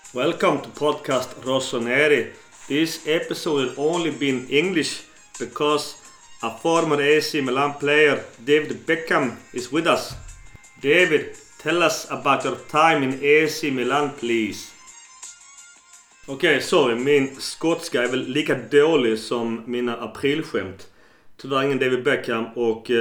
Welcome to podcast Rossoneri. This episode will only be in English because a former AC Milan player, David Beckham, is with us. David, tell us about your time in AC Milan, please. Okej, sorry, min skotska är väl lika dålig som mina aprilskämt. Tyvärr ingen David Beckham och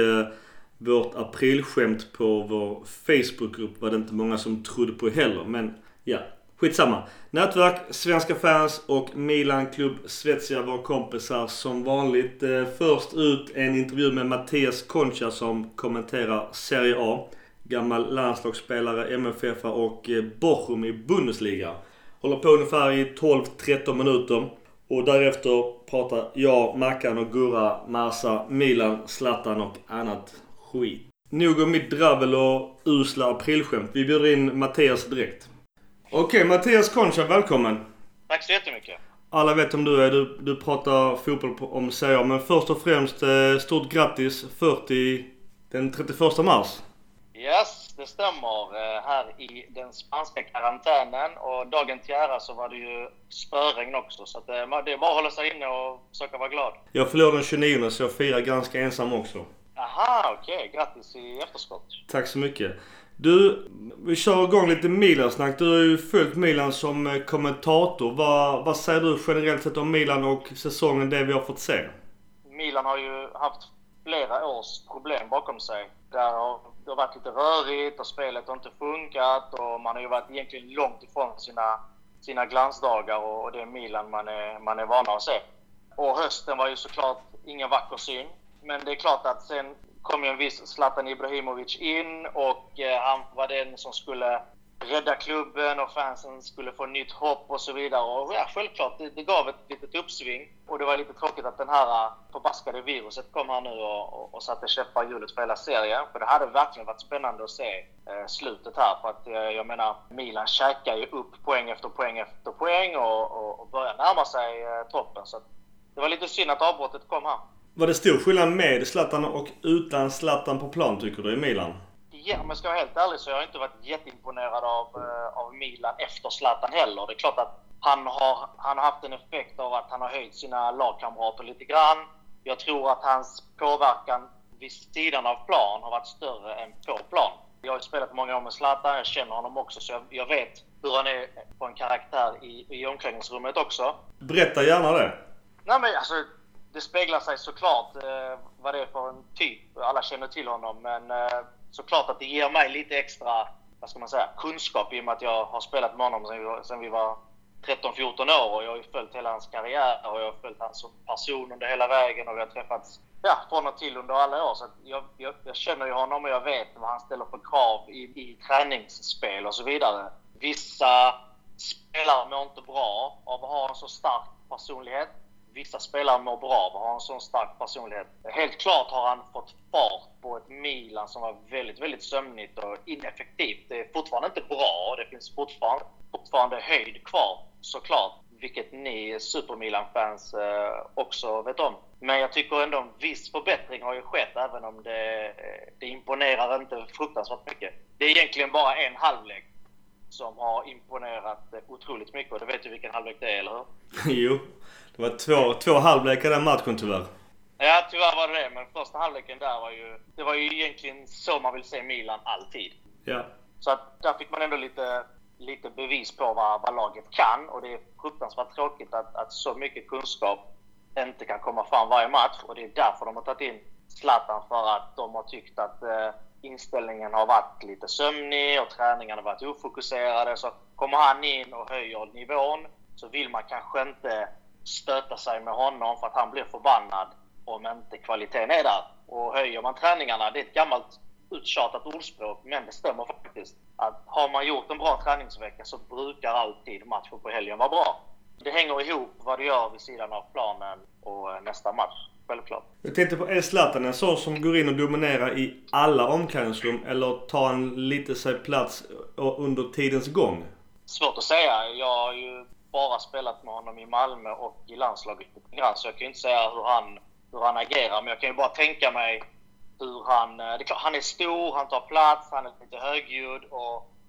vårt aprilskämt på vår Facebookgrupp var det inte många som trodde på heller. Men ja, skitsamma. Nätverk, svenska fans och Milan-klubb Svezia var kompisar som vanligt. Först ut en intervju med Mattias Concha som kommenterar Serie A. Gammal landslagsspelare, MFF och Bochum i Bundesliga. Håller på ungefär i 12-13 minuter. Och därefter pratar jag, Mackan och Gurra, massa Milan, Zlatan och annat skit. Nog om mitt dravel och usla aprilskämt. Vi bjuder in Mattias direkt. Okej, Mattias Concha, välkommen. Tack så jättemycket. Alla vet om du är. Du pratar fotboll om Serie A. Men först och främst, stort grattis. 40 den 31 mars. Yes, det stämmer. Här i den spanska karantänen. Och dagen till ära så var det ju spöregn också. Så att det är bara att hålla sig inne och försöka vara glad. Jag förlorade den 29 så jag firar ganska ensam också. Aha, okej. Grattis i efterskott. Tack så mycket. Du, vi kör igång lite Milan-snack. Du har ju följt Milan som kommentator. Vad säger du generellt sett om Milan och säsongen det vi har fått se? Milan har ju haft flera års problem bakom sig. Där det har varit lite rörigt och spelet har inte funkat. Och man har ju varit egentligen långt ifrån sina glansdagar och det är Milan man är vana att se. Och hösten var ju såklart ingen vacker syn. Men det är klart att sen kom ju en viss Zlatan Ibrahimovic in och han var den som skulle rädda klubben och fansen skulle få nytt hopp och så vidare. Och ja, självklart, det gav ett litet uppsving. Och det var lite tråkigt att den här förbaskade viruset kom här nu och satte käppar i hjulet för hela serien. För det hade verkligen varit spännande att se slutet här. För att jag menar, Milan käkar ju upp poäng efter poäng efter poäng och börjar närma sig toppen. Så det var lite synd att avbrottet kom här. Var det stor skillnad med Zlatan och utan Zlatan på plan tycker du i Milan? Ja, men ska jag vara helt ärlig så jag har inte varit jätteimponerad av Milan efter Zlatan heller. Det är klart att han har haft en effekt av att han har höjt sina lagkamrater lite grann. Jag tror att hans påverkan vid sidan av plan har varit större än på plan. Jag har spelat många år med Zlatan, jag känner honom också så jag vet hur han är på en karaktär i omklädningsrummet också. Berätta gärna det. Nej men alltså, det speglar sig såklart vad det är för en typ. Alla känner till honom men såklart att det ger mig lite extra, vad ska man säga, kunskap i och med att jag har spelat med honom sen vi var 13-14 år och jag har ju följt hela hans karriär och jag har följt hans som person under hela vägen och vi har träffats från och till under alla år. Så att jag känner ju honom och jag vet vad han ställer för krav i träningsspel och så vidare. Vissa spelare mår inte bra av att ha en så stark personlighet. Vissa spelare mår bra av att ha en sån stark personlighet. Helt klart har han fått fart på ett Milan som var väldigt, väldigt sömnigt och ineffektivt. Det är fortfarande inte bra och det finns fortfarande höjd kvar såklart. Vilket ni Super Milan-fans också vet om. Men jag tycker ändå en viss förbättring har ju skett även om det imponerar inte fruktansvärt mycket. Det är egentligen bara en halvlek som har imponerat otroligt mycket och det vet du vilken halvlek det är, eller hur? Jo, det var två halvlekar den matchen tyvärr. Ja, tyvärr var det, men första halvleken där var ju egentligen så man vill se Milan alltid. Ja. Så att där fick man ändå lite bevis på vad laget kan och det är fruktansvärt tråkigt att så mycket kunskap inte kan komma fram varje match och det är därför de har tagit in Zlatan, för att de har tyckt att inställningen har varit lite sömnig och träningarna har varit ofokuserade. Så kommer han in och höjer nivån så vill man kanske inte stöta sig med honom för att han blir förbannad om inte kvaliteten är där. Och höjer man träningarna, det är ett gammalt uttjatat ordspråk, men det stämmer faktiskt. Att har man gjort en bra träningsvecka så brukar alltid matchen på helgen vara bra. Det hänger ihop vad du gör vid sidan av planen och nästa match, självklart. Jag tänkte på, är Zlatan en sån som går in och dominerar i alla omklädningsrum eller tar han lite sig plats under tidens gång? Svårt att säga. Jag har ju bara spelat med honom i Malmö och i landslaget så jag kan inte säga hur han agerar, men jag kan ju bara tänka mig hur han är stor, han tar plats, han är lite högljudd och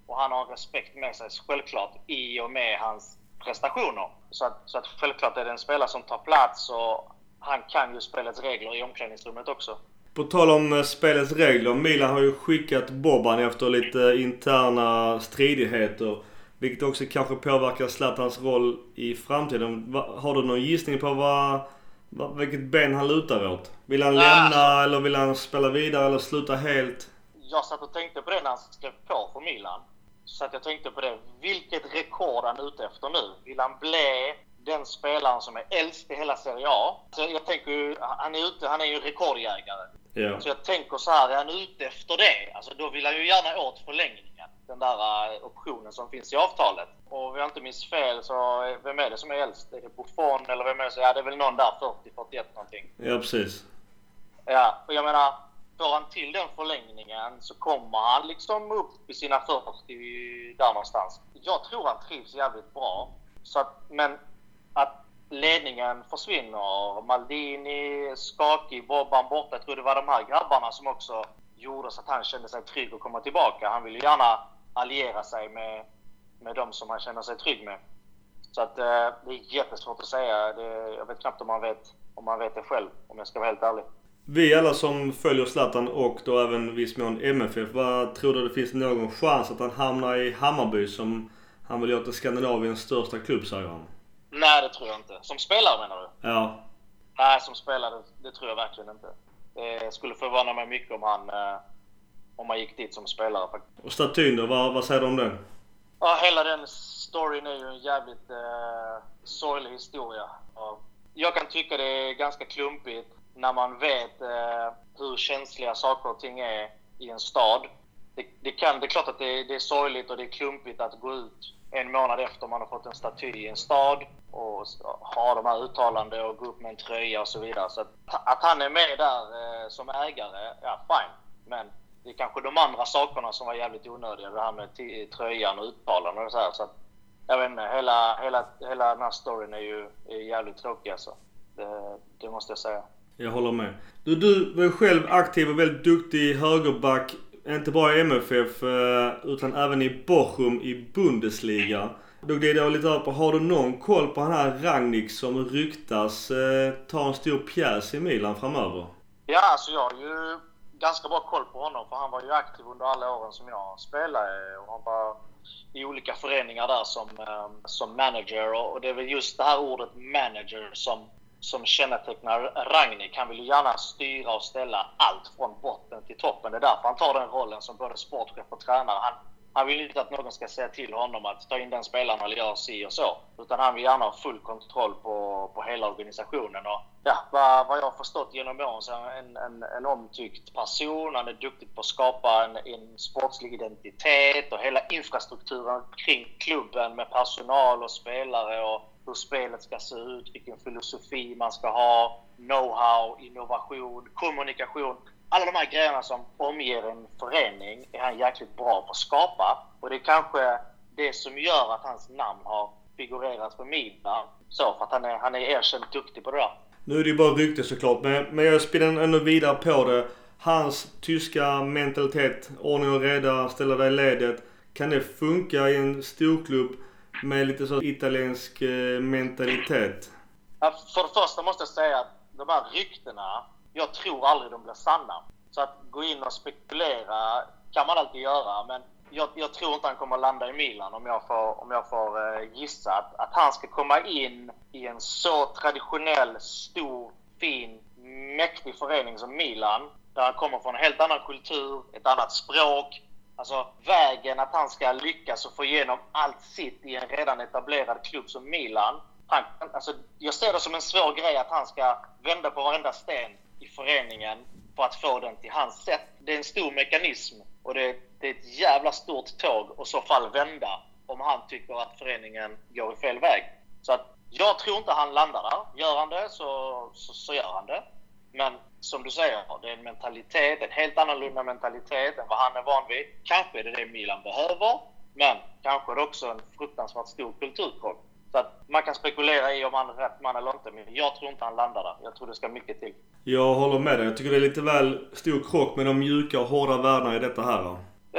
Och han har respekt med sig självklart i och med hans prestationer. Så att självklart är det en spelare som tar plats och han kan ju spelets regler i omklädningsrummet också. På tal om spelets regler, Milan har ju skickat Boban efter lite interna stridigheter. Vilket också kanske påverkar Zlatans roll i framtiden. Har du någon gissning på vilket ben han lutar åt? Vill han lämna eller vill han spela vidare eller sluta helt? Jag satt och tänkte på det när han skrev på för Milan. Så att jag tänkte på det. Vilket rekord han är ute efter nu? Vill han bli den spelaren som är äldst i hela Serie A? Så jag tänker ju, han är ju rekordjägare. Ja. Så jag tänker så här, är han ute efter det? Alltså då vill han ju gärna åt förlängningen. Den där optionen som finns i avtalet. Och om jag inte minns fel så, vem är det som är äldst? Är det Buffon eller vem är det? Ja, det är väl någon där 40-41 någonting. Ja, precis. Ja, och jag menar, får han till den förlängningen så kommer han liksom upp i sina 40 där någonstans. Jag tror han trivs jävligt bra. Så att, men att ledningen försvinner, Maldini, skakig, Boban borta. Jag tror det var de här grabbarna som också gjorde så att han kände sig trygg att komma tillbaka. Han vill ju gärna alliera sig med de som han känner sig trygg med. Så att det är jättesvårt att säga. Jag vet knappt om man vet det själv, om jag ska vara helt ärlig. Vi alla som följer Zlatan och då även viss mån MFF, vad tror du det finns någon chans att han hamnar i Hammarby som han vill göra till Skandinaviens största klubb, säger han? Nej, det tror jag inte. Som spelare menar du? Ja. Nej, som spelare, det tror jag verkligen inte. Det skulle förvåna mig mycket om han gick dit som spelare. Och statyn då, vad säger du om den? Ja, hela den storyn är ju en jävligt sorglig historia. Jag kan tycka det är ganska klumpigt när man vet hur känsliga saker och ting är i en stad. Det är klart att det är sorgligt och det är klumpigt att gå ut en månad efter man har fått en staty i en stad och ha de här uttalanden och gå upp med en tröja och så vidare. Så att han är med där som ägare, ja fine. Men det är kanske de andra sakerna som var jävligt onödiga. Det här med tröjan och uttalanden och så här. Så att, jag vet inte, hela den här storyn är jävligt tråkig alltså. Det måste jag säga. Jag håller med. Du var själv aktiv och väldigt duktig högerback. Inte bara i MFF utan även i Bochum i Bundesliga. Då glider jag lite över på, har du någon koll på han här Rangnick som ryktas ta en stor pjäs i Milan framöver? Ja, alltså jag har ju ganska bra koll på honom för han var ju aktiv under alla åren som jag spelade och han var i olika föreningar där som manager och det är väl just det här ordet manager som kännetecknar Rangnick. Han vill ju gärna styra och ställa allt från botten till toppen. Det är därför han tar den rollen som både sportchef och tränare. Han vill inte att någon ska säga till honom att ta in den spelaren eller göra si och så. Utan han vill gärna ha full kontroll på hela organisationen. Och ja, vad jag har förstått genom åren så är en omtyckt person. Han är duktig på att skapa en sportslig identitet och hela infrastrukturen kring klubben med personal och spelare och hur spelet ska se ut, vilken filosofi man ska ha, know-how, innovation, kommunikation. Alla de här grejerna som omger en förening är han jäkligt bra på att skapa. Och det är kanske det som gör att hans namn har figurerat för Milan. Så, för att han är erkänt duktig på det där. Nu är det ju bara rykte såklart, men jag spelar ändå vidare på det. Hans tyska mentalitet, ordning och reda, ställa dig i ledet. Kan det funka i en storklubb med lite så italiensk mentalitet? Ja, för det första måste jag säga att de här ryktena, jag tror aldrig de blir sanna. Så att gå in och spekulera kan man alltid göra, men jag tror inte han kommer att landa i Milan om jag får gissa. Att han ska komma in i en så traditionell, stor, fin, mäktig förening som Milan, där han kommer från en helt annan kultur, ett annat språk. Alltså vägen att han ska lyckas och få igenom allt sitt i en redan etablerad klubb som Milan. Jag ser det som en svår grej att han ska vända på varenda sten i föreningen för att få den till hans sätt. Det är en stor mekanism och det är ett jävla stort tåg och så fall vända om han tycker att föreningen går i fel väg. Så att jag tror inte han landar där. Gör han det så gör han det. Men som du säger, det är en mentalitet, en helt annorlunda mentalitet än vad han är van vid. Kanske är det Milan behöver, men kanske är det också en fruktansvärt stor kulturkrock. Så att man kan spekulera i om han är rätt man eller inte, men jag tror inte han landar där. Jag tror det ska mycket till. Jag håller med dig. Jag tycker det är lite väl stor krock med de mjuka och hårda värdena i detta här. Då.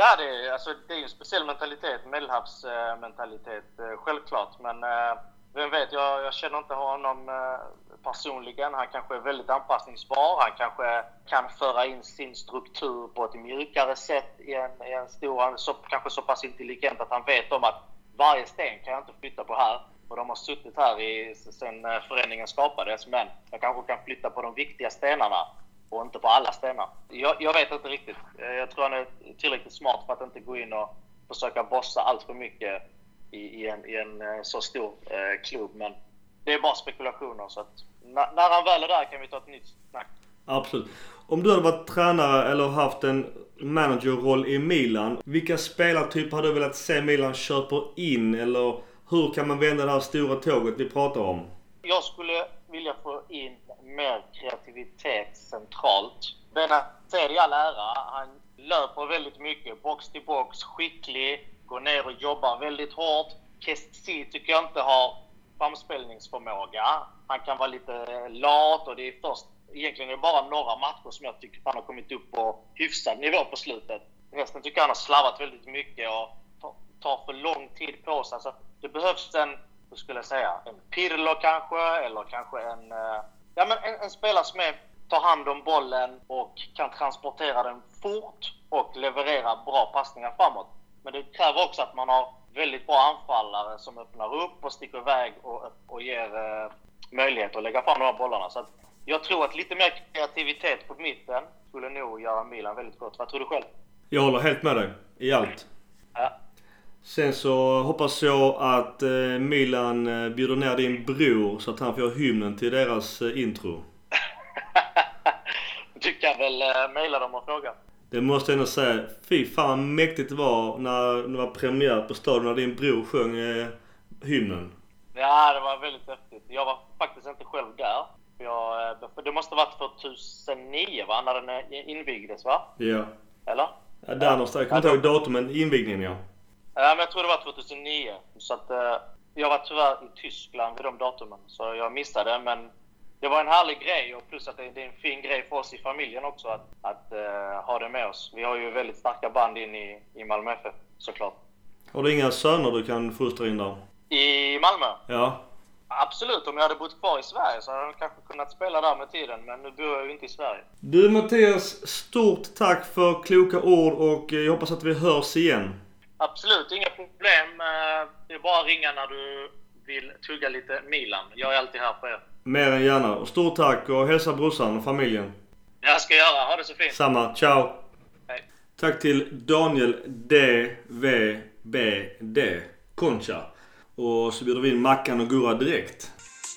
Ja, det är ju en speciell mentalitet, medelhavsmentalitet, självklart. Men vem vet, jag känner inte honom personligen. Han kanske är väldigt anpassningsbar. Han kanske kan föra in sin struktur på ett mjukare sätt i en stor... Han är kanske så pass intelligent att han vet om att varje sten kan jag inte flytta på här. Och de har suttit här sen förändringen skapades. Men jag kanske kan flytta på de viktiga stenarna och inte på alla stenar. Jag vet inte riktigt. Jag tror han är tillräckligt smart för att inte gå in och försöka bossa allt för mycket i en så stor klubb. Men det är bara spekulationer. Så att när han väl är där kan vi ta ett nytt snack. Absolut. Om du hade varit tränare eller haft en managerroll i Milan, vilka spelartyper hade du velat se Milan köpa in? Eller hur kan man vända det här stora tåget vi pratar om? Jag skulle vilja få in mer kreativitet centralt. Benazer i all ära, han löper väldigt mycket, box till box, skicklig, går ner och jobbar väldigt hårt. Kessie tycker jag inte har framspelningsförmåga. Han kan vara lite lat och det är först egentligen bara några matcher som jag tycker han har kommit upp på hyfsad nivå på slutet. Resten tycker jag han har slarvat väldigt mycket och tar för lång tid på sig. Så det behövs en Pirlo kanske, eller kanske en spelare som tar hand om bollen och kan transportera den fort och leverera bra passningar framåt. Men det kräver också att man har väldigt bra anfallare som öppnar upp och sticker iväg och ger möjlighet att lägga fram de här bollarna. Så att jag tror att lite mer kreativitet på mitten skulle nog göra Milan väldigt gott. Vad tror du själv? Jag håller helt med dig i allt. Ja. Sen så hoppas jag att Milan bjuder ner din bror så att han får hymnen till deras intro. Du kan väl mejla dem och fråga. Det måste jag ändå säga. Fy fan mäktigt det var när det var premiär på stadion när din bror sjöng hymnen. Ja, det var väldigt häftigt. Jag var faktiskt inte själv där. För det måste ha varit 2009 va? När den invigdes va? Ja. Eller? Ja, där någonstans. Jag kommer inte ihåg datumen, invigningen ja. Ja, men jag tror det var 2009. Så att jag var tyvärr i Tyskland vid de datumen. Så jag missade, men det var en härlig grej. Och plus att det är en fin grej för oss i familjen också att ha det med oss. Vi har ju väldigt starka band in i Malmö FF, såklart. Har du inga söner du kan fostra in där? I Malmö? Ja. Absolut, om jag hade bott kvar i Sverige så hade jag kanske kunnat spela där med tiden. Men nu bor jag ju inte i Sverige. Du Mattias, stort tack för kloka ord och jag hoppas att vi hörs igen. Absolut, inga problem. Det är bara att ringa när du vill tugga lite Milan. Jag är alltid här för er. Mer än gärna. Och stort tack och hälsa brorsan och familjen. Jag ska göra. Ha det så fint. Samma. Ciao. Hej. Tack till Daniel DVBD Concha. Och så bjuder vi in Mackan och Gurra direkt.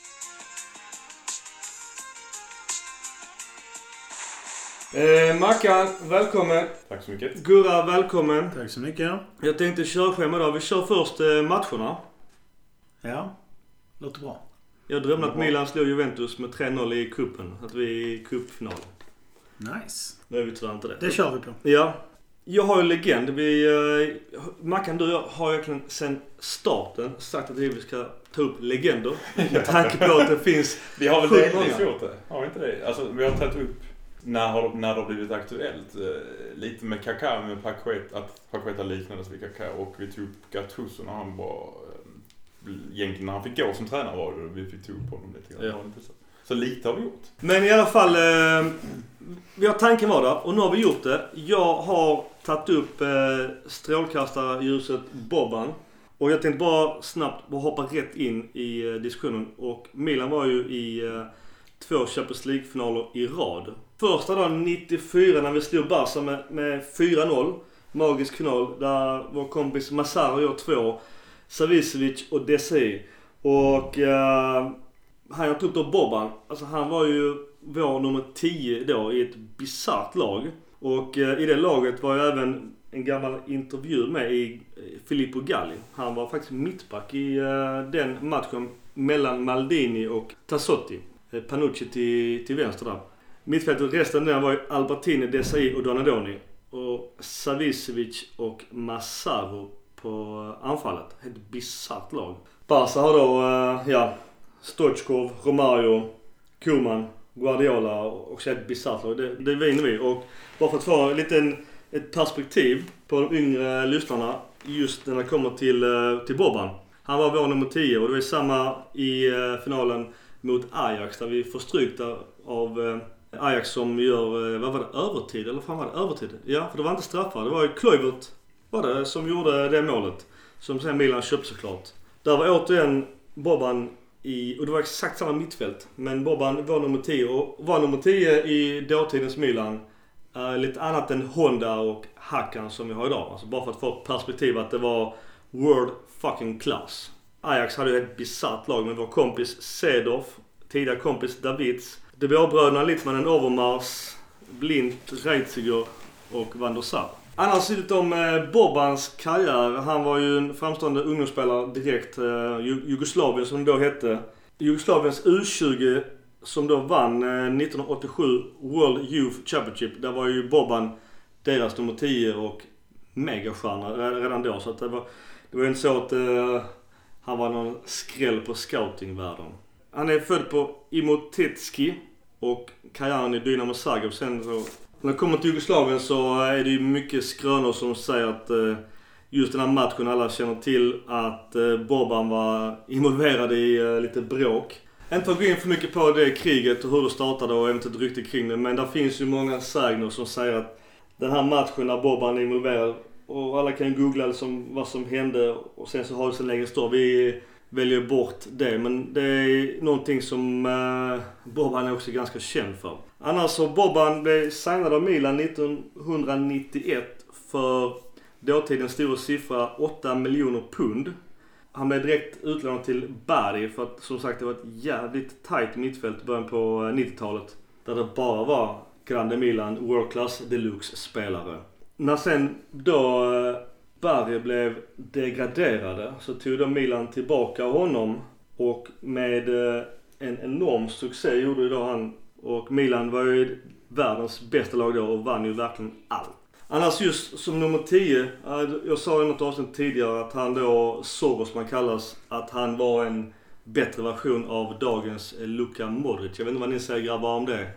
Mackan, välkommen. Tack så mycket. Gurra, välkommen. Tack så mycket. Jag tänkte körschema då. Vi kör först matcherna. Ja, låter bra. Jag drömde att Milan slog Juventus med 3-0 i kuppen. Att vi är i cupfinal. Nice. Nu är vi tyvärr inte det. Det kör vi på. Ja. Jag har ju legend. Mackan, du har egentligen sen starten sagt att vi ska ta upp legender. Med tanke på att det finns... Vi har väl delvis gjort det. Har vi inte det? Alltså, vi har tagit upp när det har blivit aktuellt. Lite med Kaká, med Paqueta liknades vid Kaká. Och vi tog upp Gattuso när han var... Egentligen när han fick gå som tränare var det. Vi fick ta upp honom lite grann. Ja. Så lite har vi gjort. Men i alla fall... vi har tanken var där och nu har vi gjort det. Jag har tagit upp strålkastarljuset Boban. Och jag tänkte bara snabbt hoppa rätt in i diskussionen. Och Milan var ju i 2 Champions League-finaler i rad. Första dagen 94 när vi slog Barca med 4-0. Magisk final där vår kompis Massaro gör 2. Savicevic och Desi. Och han har tagit upp då Boban. Alltså han var ju vår nummer 10 då i ett bizarrt lag. Och i det laget var ju även en gammal intervju med i Filippo Galli. Han var faktiskt mittback i den matchen mellan Maldini och Tassotti. Panucci till vänster där. Mittfältet resten där var ju Albertini, Desai och Donadoni. Och Savicevic och Massaro på anfallet. Ett bizarrt lag. Barca har då Stoichkov, Romario, Koeman, Guardiola och ett bizarrt lag. Det vinner vi. Och bara för att få en liten ett perspektiv på de yngre lyssnarna just när det kommer till Boban. Han var vår nummer 10 och det var samma i finalen mot Ajax där vi får stryk av Ajax som gör, vad var det, övertid? Eller fan var det övertid? Ja, för det var inte straffar. Det var ju Kluivert som gjorde det målet. Som sen Milan köpte såklart. Där var återigen Boban och det var exakt samma mittfält. Men Boban var nummer 10 och var nummer 10 i dåtidens Milan. Lite annat än Honda och Hakan som vi har idag. Alltså bara för att få ett perspektiv att det var world fucking class. Ajax hade ju ett bisarrt lag med vår kompis Seedorf, tidigare kompis Davids, De Boer-bröderna Littmanen, Overmars, Blint, Reitziger och Van der Sar. Annars lite om Bobans karriär. Han var ju en framstående ungdomsspelare direkt. Jugoslavien som då hette. Jugoslaviens U20 som då vann 1987 World Youth Championship. Där var ju Boban deras nummer 10 och megastjärna redan då. Så att det var inte så att han var någon skräll på scoutingvärlden. Han är född på Imotitski och karriären i Dynamo Zagreb. Sen så, när det kommer till Jugoslavien så är det ju mycket skrönor som säger att just den här matchen alla känner till att Boban var involverad i lite bråk. Inte att gå in för mycket på det kriget och hur det startade och eventuellt rykte kring det. Men där finns ju många sägner som säger att den här matchen när Boban är involverad och alla kan googla liksom vad som hände och sen så har det så länge stå. Vi väljer bort det, men det är någonting som Boban är också ganska känd för. Annars så Boban blev signad av Milan 1991 för dåtidens stora siffra 8 miljoner pund. Han blev direkt utlånad till Bari för att som sagt det var ett jävligt tajt mittfält i början på 90-talet. Där det bara var Grande Milan World Class Deluxe-spelare. När sen då Bari blev degraderade så tog då Milan tillbaka honom och med en enorm succé gjorde ju då han. Och Milan var ju världens bästa lag då och vann ju verkligen allt. Annars just som nummer 10, jag sa i något avsnitt tidigare att han då, Soros man kallas, att han var en bättre version av dagens Luka Modric. Jag vet inte vad ni säger grabbar om det.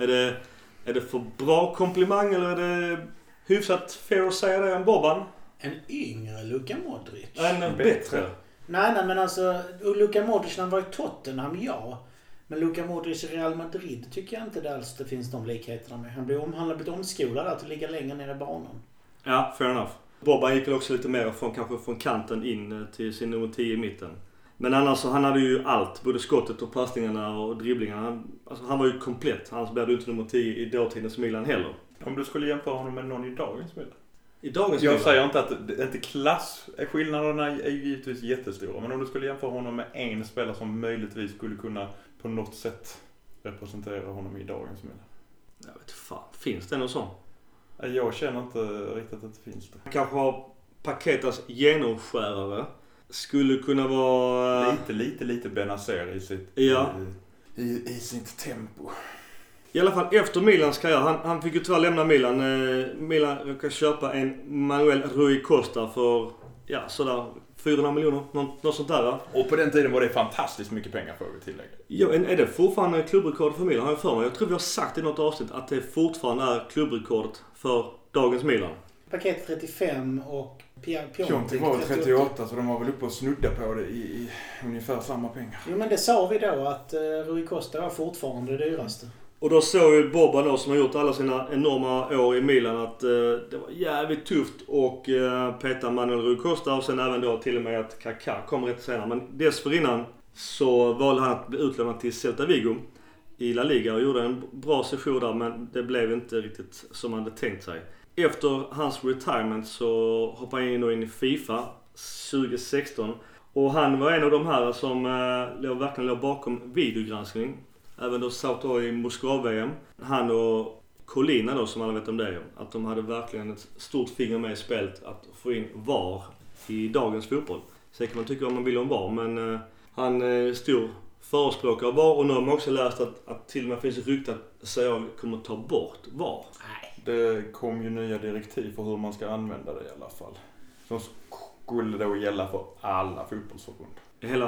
Är det för bra komplimang eller är det hyfsat fair att säga det om Boban? En yngre Luka Modric. En bättre. Nej, men alltså Luka Modric när han var i Tottenham, ja. Men Luka Modric i Real Madrid tycker jag inte alls det finns de likheterna med. Han har blivit omskolad att ligga längre ner i banan. Ja, fair enough. Boban gick väl också lite mer från kanten in till sin nummer 10 i mitten. Men annars så han hade ju allt. Både skottet och passningarna och dribblingarna. Han var ju komplett. Han blev inte nummer 10 i dåtidens Milan heller. Om du skulle jämföra honom med någon i dagens Milan? Jag säger inte att inte klasskillnaderna är ju givetvis jättestora. Men om du skulle jämföra honom med en spelare som möjligtvis skulle kunna på något sätt representera honom i dagens Milan. Jag vet fan. Finns det någon sån? Jag känner inte riktigt att det finns det. Kanske har Paketas genomskärare. Skulle kunna vara... Lite Benazer i sitt... Ja. I sitt tempo. I alla fall efter Milans karriär. Han fick ju tyvärr lämna Milan. Milan råkade köpa en Manuel Rui Costa för sådär 400 miljoner. Något sånt där. Och på den tiden var det fantastiskt mycket pengar för att tillägga. Ja, är det fortfarande klubbrekord för Milan? Har jag för mig. Jag tror vi har sagt i något avsnitt att det fortfarande är klubbrekordet för dagens Milan. Paket 35 och Piontek var 38 så de var väl uppe och snudda på det i ungefär samma pengar. Jo men det sa vi då att Rui Costa var fortfarande det dyraste. Och då såg ju Boban då som har gjort alla sina enorma år i Milan att det var jävligt tufft och peta Manuel Rui Costa och sen även då till och med att Kaká kom rätt senare. Men dessförinnan så valde han att bli utlånad till Celta Vigo i La Liga och gjorde en bra session där men det blev inte riktigt som han hade tänkt sig. Efter hans retirement så hoppade han in i FIFA 2016 och han var en av de här som verkligen låg bakom videogranskning. Även då satt i Moskva-VM. Han och Colina då som alla vet om det. Att de hade verkligen ett stort finger med i spelet att få in VAR i dagens fotboll. Sen kan man tycka om man vill om VAR men han är stor förespråkare av VAR och nu har man också läst att till och med finns rykte att säga kommer ta bort VAR. Det kom ju nya direktiv för hur man ska använda det i alla fall. Som skulle då gälla för alla fotbollsförbund. Hela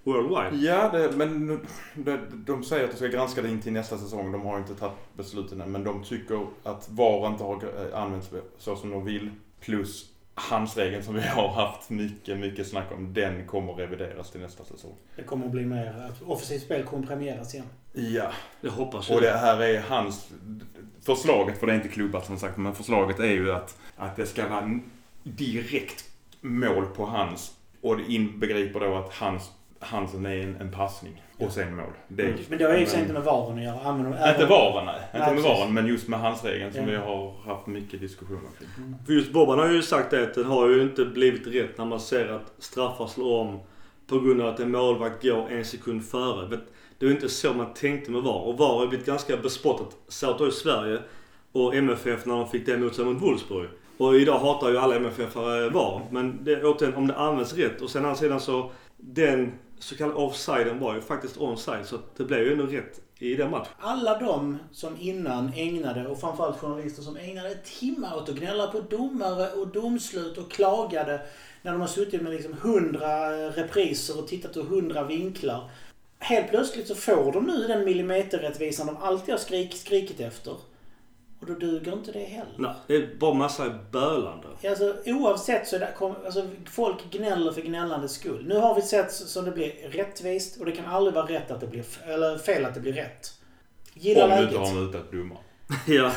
worldwide. Ja, men de säger att de ska granska det in till nästa säsong. De har inte tagit besluten än, men de tycker att VAR inte har använts så som de vill. Plus handsregeln som vi har haft mycket snack om, den kommer revideras till nästa säsong. Det kommer att bli mer att offensivt spel kommer premieras igen. Ja, det hoppas jag. Och det här är hans förslaget, för det är inte klubbat som sagt, men förslaget är ju att det ska vara direkt mål på hans, och det inbegriper då att Hansen är en passning och sen mål. Men det har ju inte med VARen att göra. Inte med VARen, men just med handsregeln som vi har haft mycket diskussioner kring. För just Boban har ju sagt det, att det har ju inte blivit rätt när man ser att straffar slår om på grund av att en målvakt går en sekund före. Det är ju inte så man tänkte med VAR. Och VAR har blivit ganska bespottat. Så i Sverige och MFF när de fick det emot sig mot Wolfsburg. Och idag hatar ju alla MFF-are VAR. Men det, återigen, om det används rätt. Och sen andra sidan så, den så kallade offsiden var ju faktiskt onside. Så det blev ju ändå rätt i den matchen. Alla de som innan ägnade, och framförallt journalister som ägnade timmar åt att gnälla på domare och domslut och klagade när de har suttit med liksom 100 repriser och tittat ur 100 vinklar. Helt plötsligt så får de nu den millimeterrättvisan de alltid har skrikit efter. Och då duger inte det heller. Nej, det är bara massa bölande. Alltså, oavsett så är det, folk gnäller för gnällandets skull. Nu har vi sett så det blir rättvist, och det kan aldrig vara rätt att det blir, eller fel att det blir rätt. Om du inte har mutat domar. Ja.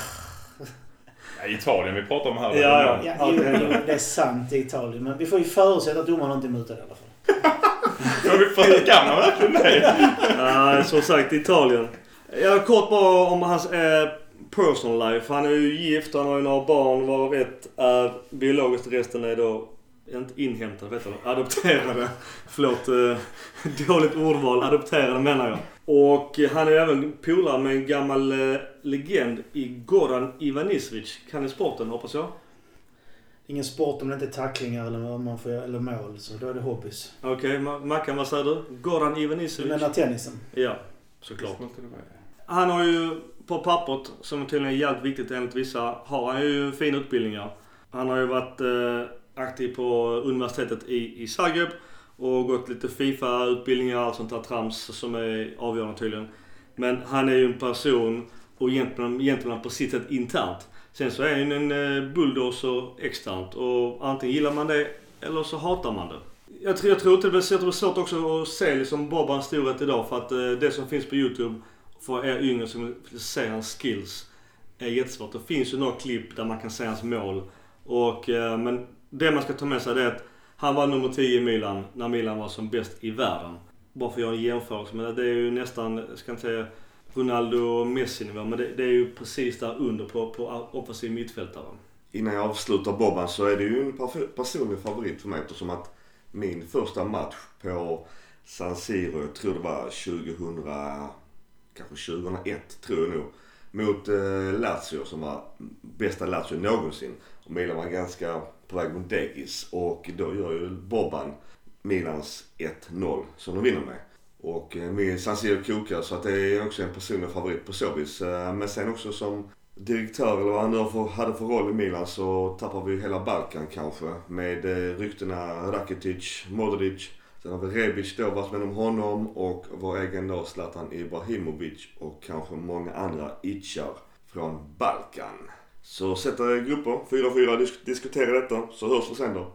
Ja, Italien vi pratar om här. Ja, det är sant i Italien. Men vi får ju förutsätta att domarna inte mutar i alla fall. Får vi förutsätta verkligen det? Nej, som sagt, Italien. Jag kort bara om hans personal life. Han är ju gift, han har ju några barn, varav ett är biologiskt, resten är då inte inhämtade, vet du, adopterade. Förlåt, dåligt ordval, adopterade menar jag. Och han är även polare med en gammal legend i Goran Ivanisevic. Kan i sporten, hoppas jag. Ingen sport om det inte är tacklingar eller mål, så då är det hobbys. Okej, Mackan, vad säger du? Goran Ivanisevic. Du menar tennisen? Ja, såklart. Han har ju på pappret, som tydligen är jävligt viktigt enligt vissa, har han ju fina utbildningar. Han har ju varit aktiv på universitetet i Zagreb och gått lite FIFA-utbildningar och allt sånt där trams som är avgörande tydligen. Men han är ju en person och egentligen på sitt sätt internt. Sen så är han en bulldozer externt, och antingen gillar man det eller så hatar man det. Jag tror att det blir svårt också att se liksom Bobans storhet idag, för att det som finns på YouTube för er yngre som ser hans skills är jättesvårt. Det finns ju några klipp där man kan se hans mål. Men det man ska ta med sig är att han var nummer 10 i Milan när Milan var som bäst i världen. Bara för att göra en jämförelse. Men det är ju nästan, jag ska inte säga Ronaldo och Messi-nivå, men det är ju precis där under på offensiv mittfältare. Innan jag avslutar Boban så är det ju en personlig favorit för mig, eftersom att min första match på San Siro, jag tror det var 2001 tror jag nog, mot Lazio som var bästa Lazio någonsin. Och Milan var ganska på väg mot Degis, och då gör ju Boban Milans 1-0 som de vinner med. Och min San Siro kokar, så att det är också en personlig favorit på så vis. Men sen också som direktör eller vad han nu hade för roll i Milan, så tappar vi hela Balkan kanske med ryktena Rakitic, Modric. Sen har vi Rebic då, vad som är om honom, och vår egen då Zlatan Ibrahimovic och kanske många andra itchar från Balkan. Så sätter grupper 4-4 diskuterar detta, så hörs vi sen då.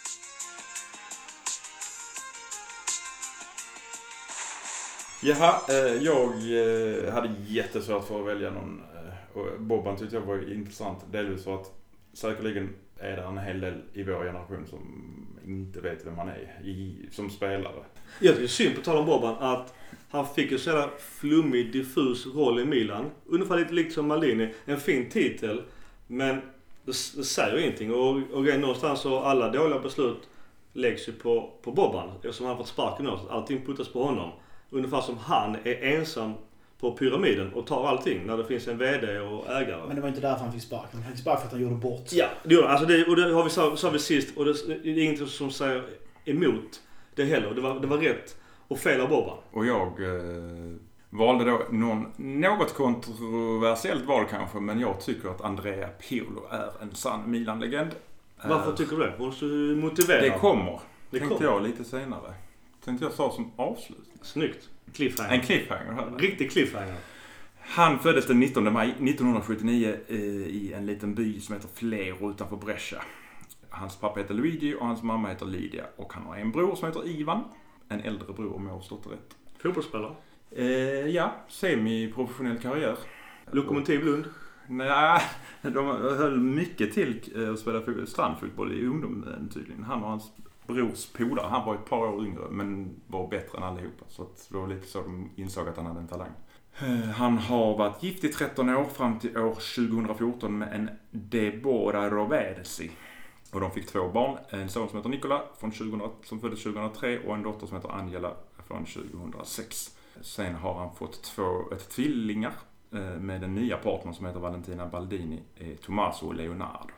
Jaha, jag hade jättesvårt för att välja någon, och Boban tyckte jag var intressant, delvis för att säkerligen är det en hel del i vår generation som inte vet vem man är som spelare. Jag tycker det är synd på tal om Boban att han fick en sån flummig, diffus roll i Milan. Ungefär lite likt som Maldini. En fin titel, men det säger ingenting. Och någonstans så alla dåliga beslut läggs ju på Boban. Eftersom han har fått sparken nu. Allting puttas på honom. Ungefär som han är ensam på pyramiden och tar allting när det finns en vd och ägare. Men det var inte därför han fick sparken. Han fick sparken för att han gjorde bort. Ja, det gjorde han. Alltså det har vi sa vi sist, och det är inget som säger emot det heller. Det var rätt och fel av Boban. Och jag valde då något kontroversiellt val kanske, men jag tycker att Andrea Pirlo är en sann Milan-legend. Varför tycker du det? Måste du motivera? Det kommer. Tänkte jag lite senare. tänkte jag sa som avslut. Snyggt. Cliffhanger. En cliffhanger. Riktig cliffhanger. Han föddes den 19 maj 1979 i en liten by som heter Flero utanför Brescia. Hans pappa heter Luigi och hans mamma heter Lydia. Och han har en bror som heter Ivan. En äldre bror om jag har förstått det rätt. Fotbollsspelare? Ja, semi-professionell karriär. Lokomotiv Lund? Nej, de höll mycket till att spela strandfotboll i ungdomen tydligen. Han och hans brors polare, han var ett par år yngre men var bättre än allihopa. Så att det var lite så de insåg att han hade en talang. Han har varit gift i 13 år fram till år 2014 med en Deborah Roversi. Och de fick 2 barn. En son som heter Nicola som föddes 2003 och en dotter som heter Angela från 2006. Sen har han fått 2 tvillingar med den nya partnern som heter Valentina Baldini, Tommaso och Leonardo.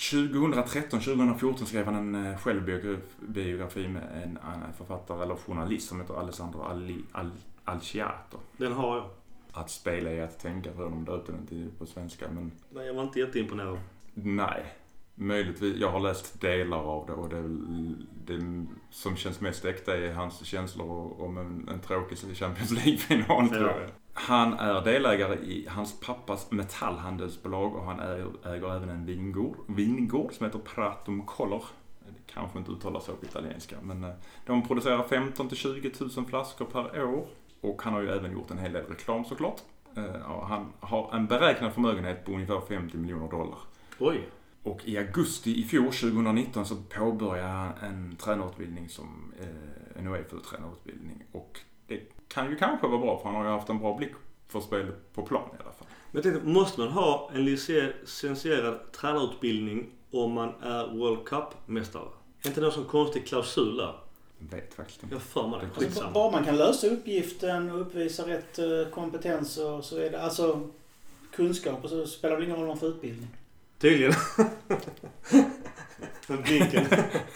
2013-2014 skrev han en självbiografi med en författare eller journalist som heter Alessandro Alciato. Den har jag. Att spela är att tänka, för de döpte den till på svenska. Men Nej, jag var inte jätteimponerad. nej, möjligtvis. Jag har läst delar av det och det som känns mest äkta är hans känslor om en tråkig Champions League-final, tror jag. Han är delägare i hans pappas metallhandelsbolag och han äger även en vingård som heter Pratum Color. Det kanske inte uttalas så på italienska, men de producerar 15 till 20 000 flaskor per år och han har ju även gjort en hel del reklam såklart. Han har en beräknad förmögenhet på ungefär $50 miljoner. Oj! Och i augusti i fjol, 2019, så påbörjade han en tränarutbildning som en UEFA-tränarutbildning. Och det kan ju kanske vara bra, för han har ju haft en bra blick för spel på plan i alla fall. Men jag tänkte, måste man ha en licensierad tränarutbildning om man är World Cup-mästare? Är inte det någon sån konstig klausul där? Jag vet faktiskt inte. Jag för mig det. Alltså, bara man kan lösa uppgiften och uppvisa rätt kompetens och så är det, alltså kunskap, och så spelar det ingen roll för utbildning. Tydligen. Vinkeln.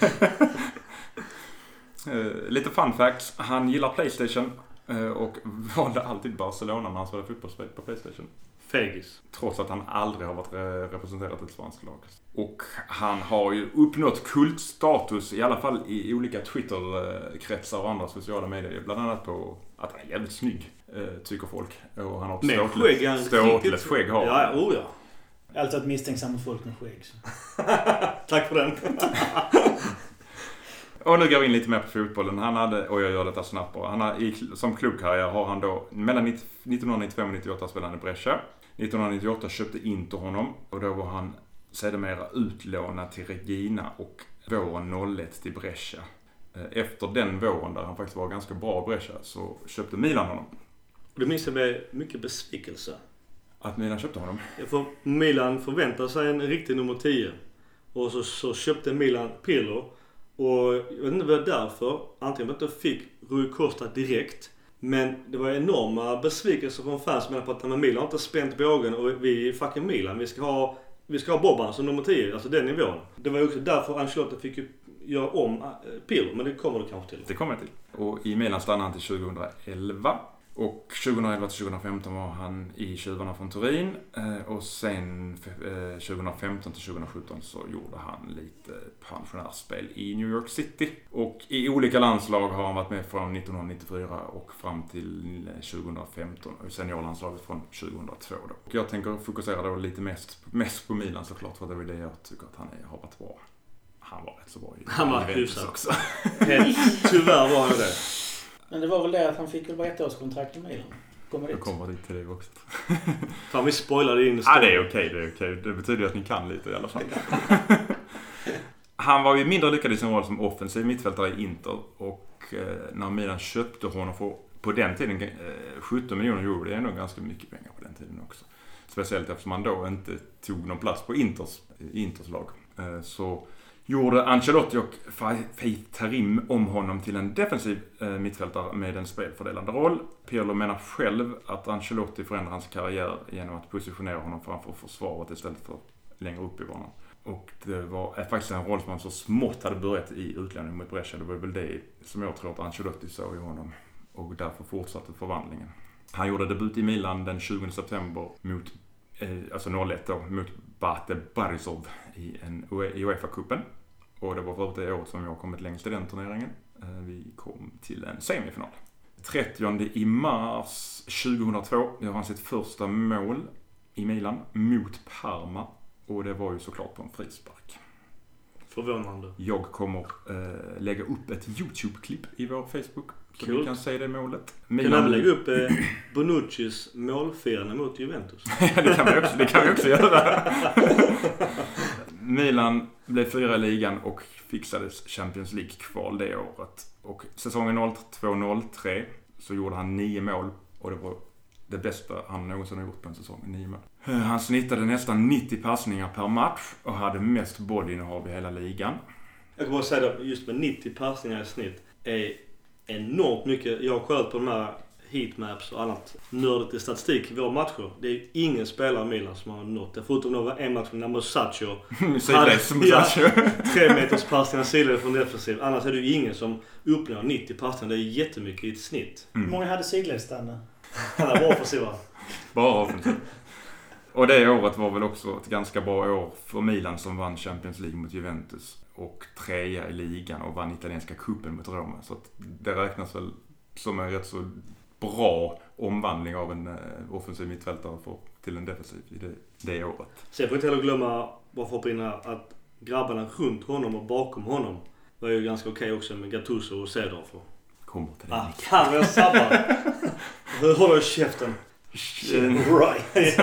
Lite fun facts. Han gillar PlayStation och valde alltid Barcelona när han spelade fotbollsspel på PlayStation. Fegis. Trots att han aldrig har varit representerat ett svensk lag. Och han har ju uppnått kultstatus, i alla fall i olika Twitter-kretsar och andra sociala medier. Bland annat på att han är jävligt snygg, tycker folk. Och han har ett ståtligt skägg. Ja, ja. Alltså ett misstänksamt folk med skägg. Tack för den. Och nu går vi in lite mer på fotbollen. Han hade, och jag gör detta snabbt bara. Som klubbkarriär har han då mellan 1995 och 98 spelade han i Brescia. 1998 köpte Inter honom och då var han sedermera utlånad till Regina och våren 01 till Brescia. Efter den våren där han faktiskt var ganska bra i Brescia så köpte Milan honom. Det minns jag med mycket besvikelse. Att Milan köpte honom? För Milan förväntade sig en riktig nummer 10. Och så köpte Milan Pirlo. Och jag vet inte vad det är därför. Antingen att de fick Rui Costa direkt. Men det var enorma besvikelser från fans med att Milan har inte spänt bågen och vi är fucking Milan. Vi ska ha Boban som nummer 10, alltså den nivån. Det var ju också därför Ancelotti fick ju göra om Pirlo, men det kommer det kanske till. Det kommer det till. Och i Milan stannade han till 2011. Och 2011 till 2015 var han i tjuvarna från Turin. Och sen 2015 till 2017 så gjorde han lite pensionärsspel i New York City. Och i olika landslag har han varit med från 1994 och fram till 2015. Och seniorlandslaget från 2002 då. Och jag tänker fokusera då lite mest på Milan såklart, för det är det jag tycker att han har varit bra. Han var rätt så bra i han var Juventus också. Tyvärr var han det. Men det var väl det att han fick väl bara 1-årskontrakt med Milan. Jag kommer dit till det också. Fan, vi spoilade in. Ja, det är okej. Det betyder att ni kan lite i alla fall. Han var ju mindre lyckad i sin roll som offensiv mittfältare i Inter. Och när Milan köpte honom för på den tiden 17 miljoner euro, det är ändå ganska mycket pengar på den tiden också. Speciellt eftersom man då inte tog någon plats på Inters lag. Så gjorde Ancelotti och Faith Tarim om honom till en defensiv mittfältare med en spelfördelande roll. Pirlo menar själv att Ancelotti förändrar hans karriär genom att positionera honom framför försvaret istället för längre upp i banan. Och det var faktiskt en roll som han så smått hade börjat i utlänning mot Brescia. Det var väl det som jag tror att Ancelotti såg i honom. Och därför fortsatte förvandlingen. Han gjorde debut i Milan den 20 september mot 01 då, mot Bate Borisov i UEFA-cupen. Och det var för det året som jag kommit längst i den turneringen. Vi kom till en semifinal. 30 i mars 2002, det har han sitt första mål i Milan mot Parma. Och det var ju såklart på en frispark. Förvånande. Jag kommer lägga upp ett YouTube-klipp i vår Facebook. Så Cool. vi kan se det målet. Kan du lägga upp Bonuccis målfirande mot Juventus? Ja, det kan vi också göra. Milan blev 4 i ligan och fixades Champions League-kval det året. Och säsongen 02-03 så gjorde han 9 mål. Och det var det bästa han någonsin har gjort på en säsong, 9 mål. Han snittade nästan 90 passningar per match och hade mest bollinnehav i hela ligan. Jag kan bara säga att just med 90 passningar i snitt är enormt mycket. Jag har kollat på de här heatmaps och annat nördigt i statistik i våra matcher. Det är ingen spelare i Milan som har nått det. Förutom det var en match när Musacchio hade 3 meters passningar sidled från defensiv. Annars är det ju ingen som uppnår 90 passningar. Det är jättemycket i ett snitt. Hur många hade sidledsstanna? Han är bra offensiva. Bara offensivt. Och det året var väl också ett ganska bra år för Milan som vann Champions League mot Juventus. Och 3 i ligan och vann italienska kuppen mot Roma. Så att det räknas väl som en rätt så bra omvandling av en offensiv mittfältare till en defensiv i det året. Så jag får inte heller glömma, bara för att hoppa in här, att grabbarna runt honom och bakom honom var ju ganska okej också med Gattuso och Seedorf. Kommer till det. Fan vad jag sabbar. Nu håller jag käften. Right.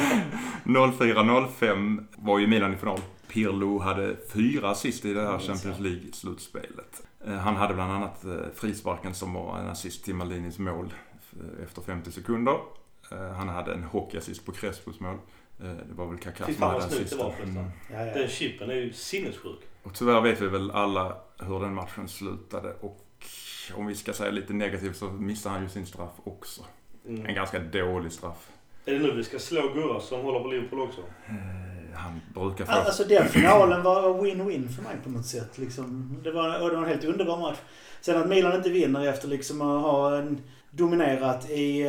04-05 var ju Milan i final. Pirlo hade 4 assist i det här Champions League-slutspelet. Han hade bland annat frisparken som var en assist till Maldinis mål efter 50 sekunder. Han hade en hockeyassist på Crespos mål. Det var väl Kaká som hade assisten. Den chippen är ju sinnessjuk. Och tyvärr vet vi väl alla hur den matchen slutade. Och om vi ska säga lite negativt så missade han ju sin straff också. En ganska dålig straff. Är det nu vi ska slå Gurra som håller på Liverpool också? Han brukar få... Alltså den finalen var win-win för mig på något sätt. Liksom. Det var en helt underbar match. Sen att Milan inte vinner efter liksom att ha dominerat i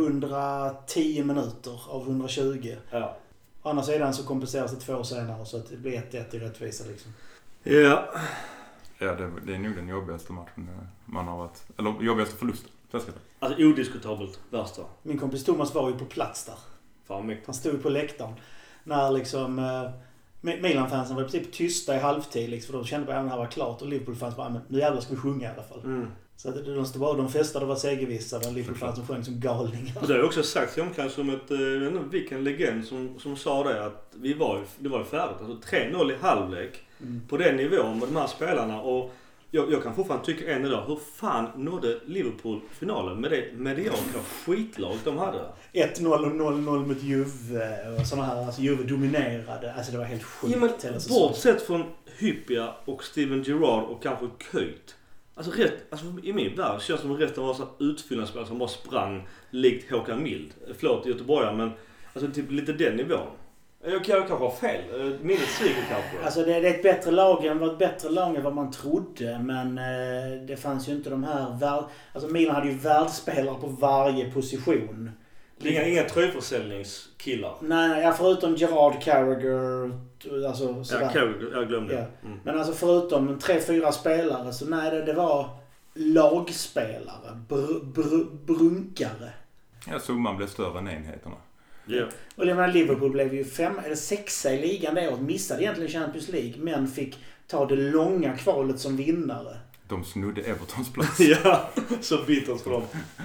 110 minuter av 120. Ja. Å andra sidan så kompenseras det 2 år senare så att det blir 1-1 i rättvisa liksom. Ja. Ja, det är nog den jobbigaste matchen man har varit... Eller jobbigaste förlusten. Alltså odiskutabelt värsta. Min kompis Thomas var ju på plats där. Fan mycket. Han stod på läktaren. När liksom Milan-fansen var i princip tysta i halvtid liksom, för de kände bara att det här var klart. Och Liverpool-fans bara, men nu jävlar ska vi sjunga i alla fall. Så att de stod bara, de flesta var segervissa. Men Liverpool-fansen sjöng som galningar. Och det har också sagt som ett, jag vet inte vilken legend som sa det, att det var ju färdigt. Alltså 3-0 i halvlek på den nivån med de här spelarna. Och jag kan fortfarande tycka än idag, hur fan nådde Liverpool finalen med det mediokra skitlag de hade? 1-0 och 0-0 mot Juve och sådana här, alltså Juve dominerade, alltså det var helt sjukt. Ja, bortsett från Hyppia och Steven Gerrard och kanske Köjt. Alltså i min värld känns det som resten var så utfyllnadsspelare som bara sprang likt Håkan Mild. Förlåt Göteborg, men alltså typ lite den nivån. Jag kanske har fel. Minnet sviker kanske. Alltså det är ett bättre lag än vad man trodde. Men det fanns ju inte de här... Alltså Milan hade ju världsspelare på varje position. Det är inga tröjförsäljningskillar. Nej, förutom Gerard, Carragher... Alltså, ja, Carragher, jag glömde. Ja. Men alltså förutom 3-4 spelare så nej, det var lagspelare. Brunkare. Ja, summan blev större än enheterna. Yeah. Och jag menar, Liverpool blev ju 5 eller 6 i ligan det året. Missade egentligen Champions League, men fick ta det långa kvalet som vinnare. De snudde Evertons plats. Ja, så bittert för dem.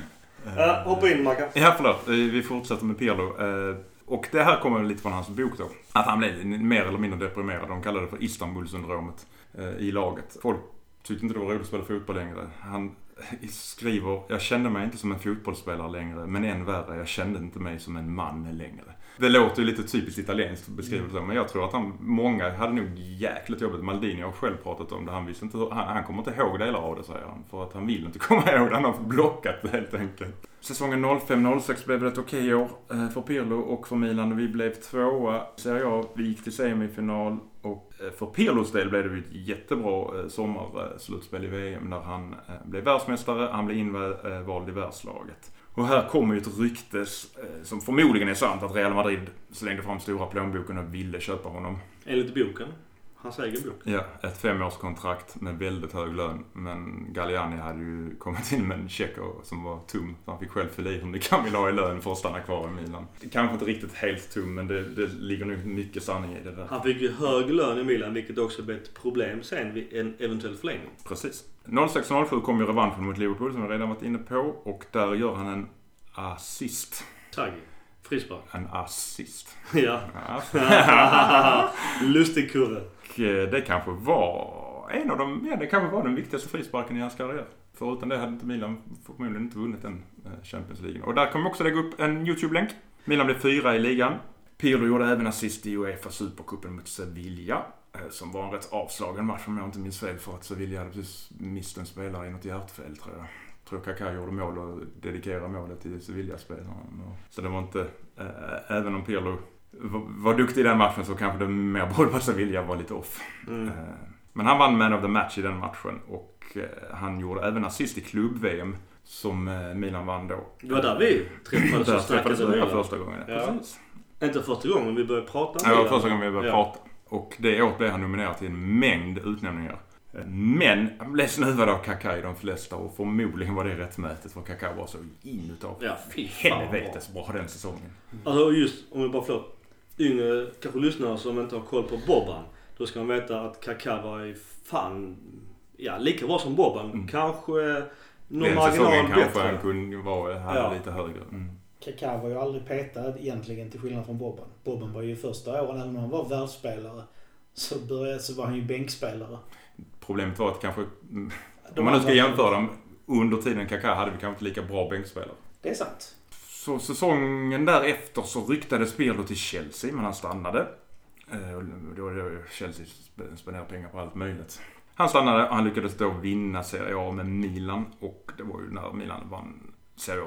Hoppa in, Mackan. Ja, förlåt. Vi fortsätter med Pirlo. Och det här kommer lite från hans bok då. Att han blev mer eller mindre deprimerad. De kallade det för Istanbul-syndromet i laget. Folk tyckte inte det var roligt att spela fotboll längre. Han skriver, jag kände mig inte som en fotbollsspelare längre, men än värre, jag kände inte mig som en man längre. Det låter ju lite typiskt italienskt beskrivet så, men jag tror att många hade nog jäkligt jobbigt. Maldini har själv pratat om det, han visste inte han kommer inte ihåg delar av det, säger han, för att han vill inte komma ihåg det, han har blockat det helt enkelt. Säsongen 05-06 blev det ett okej år för Pirlo och för Milan, och vi blev 2:a. Serie A, vi gick till semifinal, och för Pirlos del blev det ett jättebra sommarslutspel i VM när han blev världsmästare, han blev invald i världslaget. Och här kommer ju ett rykte som förmodligen är sant, att Real Madrid slängde fram stora plånboken och ville köpa honom. Enligt boken. hans egen bok. Ja, ett 5-årskontrakt med väldigt hög lön. Men Galliani hade ju kommit in med en check som var tum. Han fick själv fylla i hur mycket han ville ha i lön för att stanna kvar i Milan. Det kanske inte riktigt helt tum, men det ligger nog mycket sanning i det där. Han fick ju hög lön i Milan, vilket också blev ett problem sen vid en eventuell förlängning. Precis. 06-07 kom ju revanschen mot Liverpool som jag redan varit inne på. Och där gör han en assist. Taggi. Frispark. En assist. Ja. Lustig kurve. Det kanske var det kanske var den viktigaste frisparken i hans karriär. Förutom det hade inte Milan förmodligen inte vunnit den Champions League. Och där kommer också lägga upp en YouTube-länk. Milan blev 4 i ligan. Pirlo gjorde även assist i UEFA Supercupen mot Sevilla. Som var en rätt avslagen match om jag inte minns fel, för att Sevilla hade precis mist en spelare i något hjärtfel, tror jag. Kaká gjorde mål och dedikerade målet till Sevilla-spelarna. Så det var inte, även om Pirlo var duktig i den matchen, så kanske det mer berodde på att Sevilla var lite off. Men han vann Man of the Match i den matchen, och han gjorde även assist i klubb-VM som Milan vann då. Det var där vi träffades och snackade första gången. Ja. Precis. Inte första gången vi började prata. Ja, första gången vi började prata. Och det året blev han nominerad till en mängd utnämningar. Men han blev snuvad av Kaká i de flesta, och förmodligen var det rättmätigt, för Kaká var så inutav helvetes bra den säsongen. Alltså just, om vi bara får yngre kanske lyssnare som inte har koll på Boban, då ska man veta att Kaká var i lika bra som Boban. Kanske någon marginal bättre. Kanske han kunde vara lite högre. Kaká var ju aldrig petad egentligen, till skillnad från Boban. Boban var ju första åren, även om han var världsspelare, så var han ju bänkspelare. Problemet var att kanske, om man nu ska jämföra dem, under tiden Kaká hade vi kanske inte lika bra bänkspelare. Det är sant. Så säsongen därefter så ryktades Pirlo till Chelsea, men han stannade. Då Chelsea spenderade pengar på allt möjligt. Han stannade och han lyckades då vinna Serie A med Milan, och det var ju när Milan vann Serie A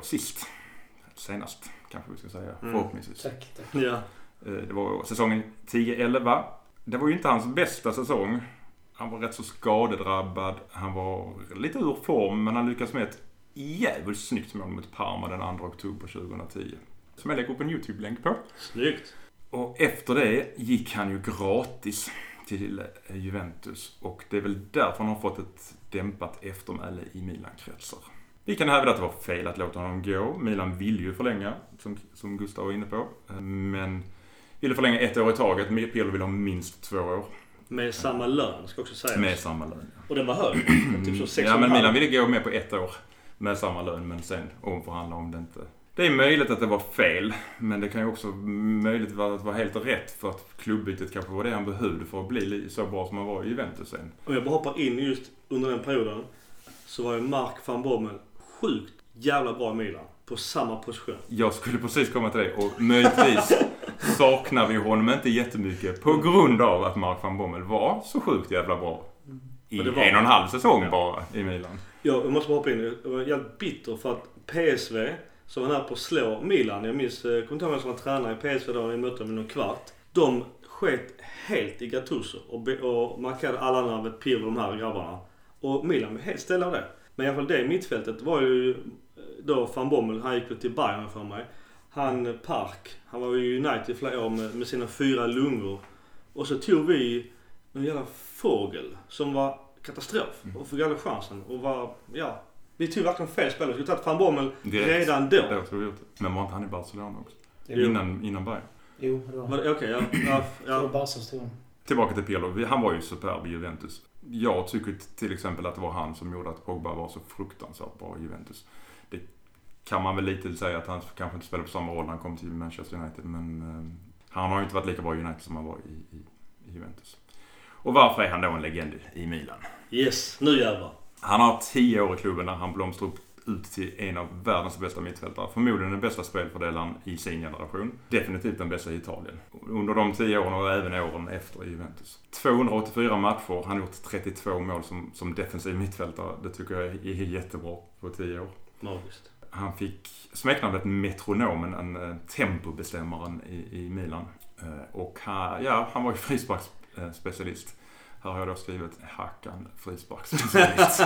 senast, kanske vi ska säga, förhoppningsvis. Tack. Ja. Det var säsongen 10-11. Det var ju inte hans bästa säsong. Han var rätt så skadedrabbad. Han var lite ur form, men han lyckades med ett jävligt snyggt mål mot Parma den 2 oktober 2010. Som jag lägger upp en YouTube-länk på. Snyggt. Och efter det gick han ju gratis till Juventus. Och det är väl därför han har fått ett dämpat eftermäle i Milan-kretsar. Vi kan hävda att det var fel att låta honom gå. Milan ville ju förlänga, som Gustav var inne på. Men ville förlänga 1 år i taget. Pirlo ville ha minst 2 år. Med samma lön, ska också säga. Med samma lön, ja. Och den var hög. Typ så 6,5. Ja, men Milan ville gå med på 1 år med samma lön, men sen omförhandla om det inte. Det är möjligt att det var fel, men det kan ju också möjligt att vara helt rätt, för att klubbytet kanske var det han behövde för att bli så bra som han var i Juventus sen. Om jag bara hoppar in just under den perioden, så var ju Mark van Bommel sjukt jävla bra i Milan. På samma position. Jag skulle precis komma till det, och möjligtvis saknar vi honom inte jättemycket på grund av att Mark van Bommel var så sjukt jävla bra i 1,5 säsong bara i Milan. Jag måste bara hoppa in. Jag var jävligt bitter för att PSV, som var nära på att slå Milan, jag minns kontakten som var tränare i PSV då vi mötte dem i någon kvart. De sket helt i Gattuso och markerade alla andra med Pirlo, de här grabbarna. Och Milan var helt ställda av det. Men i alla fall det mittfältet var ju då van Bommel, han gick till Bayern för mig. Han Park, han var ju United i flera år med sina 4 lungor. Och så tog vi en jävla fågel som var katastrof och fick aldrig chansen. Och var, vi tog verkligen fel spelare. Vi skulle tagit van Bommel redan då. Det tror jag inte. Men var inte han i Barcelona också? Innan Bayern? Jo, det var. Okej, Det var Barcas tur. Tillbaka till Pirlo. Han var ju superb i Juventus. Jag tycker till exempel att det var han som gjorde att Pogba var så fruktansvärt bra i Juventus. Det kan man väl lite säga att han kanske inte spelade på samma roll när han kom till Manchester United. Men han har ju inte varit lika bra i United som han var i Juventus. Och varför är han då en legend i Milan? Yes, nu jävlar. Han har 10 år i klubben när han blomstrar ut till en av världens bästa mittfältare. Förmodligen den bästa spelfördelaren i sin generation. Definitivt den bästa i Italien. Under de 10 åren och även åren efter i Juventus. 284 matcher. Han har gjort 32 mål som defensiv mittfältare. Det tycker jag är jättebra på 10 år. Magiskt. Han fick smeknamnet metronomen, en tempobestämmaren i Milan. Och han var ju frisparksspecialist. Här har jag då skrivit Hakan frisparksspecialist.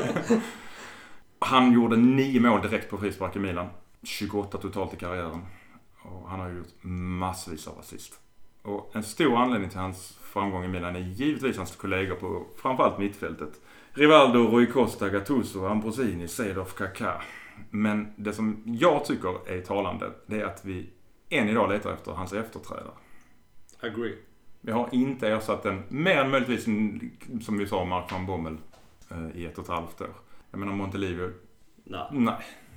Han gjorde 9 mål direkt på frispark i Milan. 28 totalt i karriären. Och han har gjort massvis av assist. Och en stor anledning till hans framgång i Milan är givetvis hans kollegor på framförallt mittfältet. Rivaldo, Rui Costa, Gattuso, Ambrosini, Seedorf, Kaká. Men det som jag tycker är talande, det är att vi än idag letar efter hans efterträdare. Agree. Vi har inte ersatt den, mer än möjligtvis som vi sa, Mark van Bommel i 1,5 år. Jag menar Montelivio. Nej.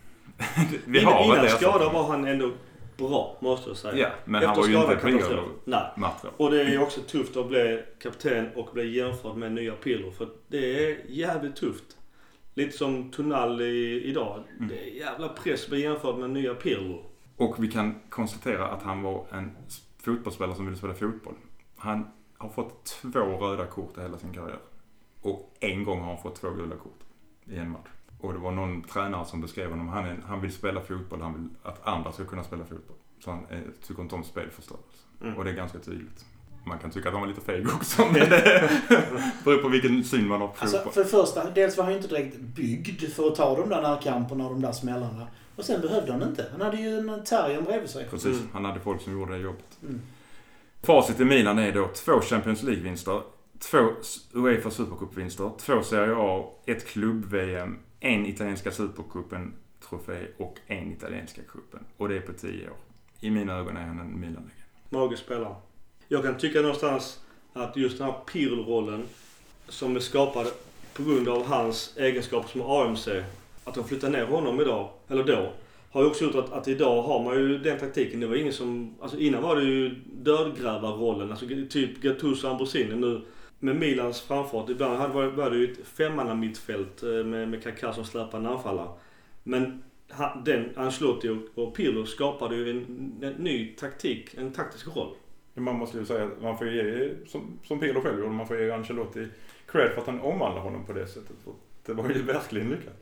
Vi har innan inte skada var han ändå bra, måste jag säga. Ja, men han var ju inte material. Och det är också tufft att bli kapten och bli jämförd med nya Pirlo. För det är jävligt tufft. Lite som Tonal idag. Det är jävla press att bli jämförd med nya Pirlo. Och vi kan konstatera att han var en fotbollsspelare som ville spela fotboll. Han har fått 2 röda kort i hela sin karriär. Och en gång har han fått 2 gula kort i en match. Och det var någon tränare som beskrev honom. Han vill spela fotboll. Han vill att andra ska kunna spela fotboll. Så han tycker inte om spelförstörelse. Och det är ganska tydligt. Man kan tycka att han var lite feg också. Men det beror på vilken syn man har på fotboll. Alltså för det första, dels var han inte direkt byggd för att ta de där närkamperna och de där smällarna. Och sen behövde han inte. Han hade ju en terrier bredvid sig. Precis, han hade folk som gjorde det jobbet. Facit i Milan är då 2 Champions League-vinster, 2 UEFA Supercup-vinster, 2 Serie A, 1 klubb-VM, 1 italienska Supercupen-trofé och 1 italienska cupen. Och det är på 10 år. I mina ögon är han en Milan-legend. Magisk spelare. Jag kan tycka någonstans att just den här Pirlo-rollen som är skapad på grund av hans egenskaper som AMC, att de flyttar ner honom idag, eller då, har ju också gjort att idag har man ju den taktiken. Det var ingen som, alltså innan var det ju dödgrävarrollen, alltså typ Gattuso och Ambrosini. Nu med Milans framfart, ibland var det ju ett 5-manna mittfält med Kaká som släpande anfallare. Men den Ancelotti och Pirlo skapade ju en ny taktik, en taktisk roll. Man måste ju säga att man får ge, som Pirlo själv gjorde, man får ge Ancelotti cred för att han omvandlade honom på det sättet. Det var ju verkligen lyckat.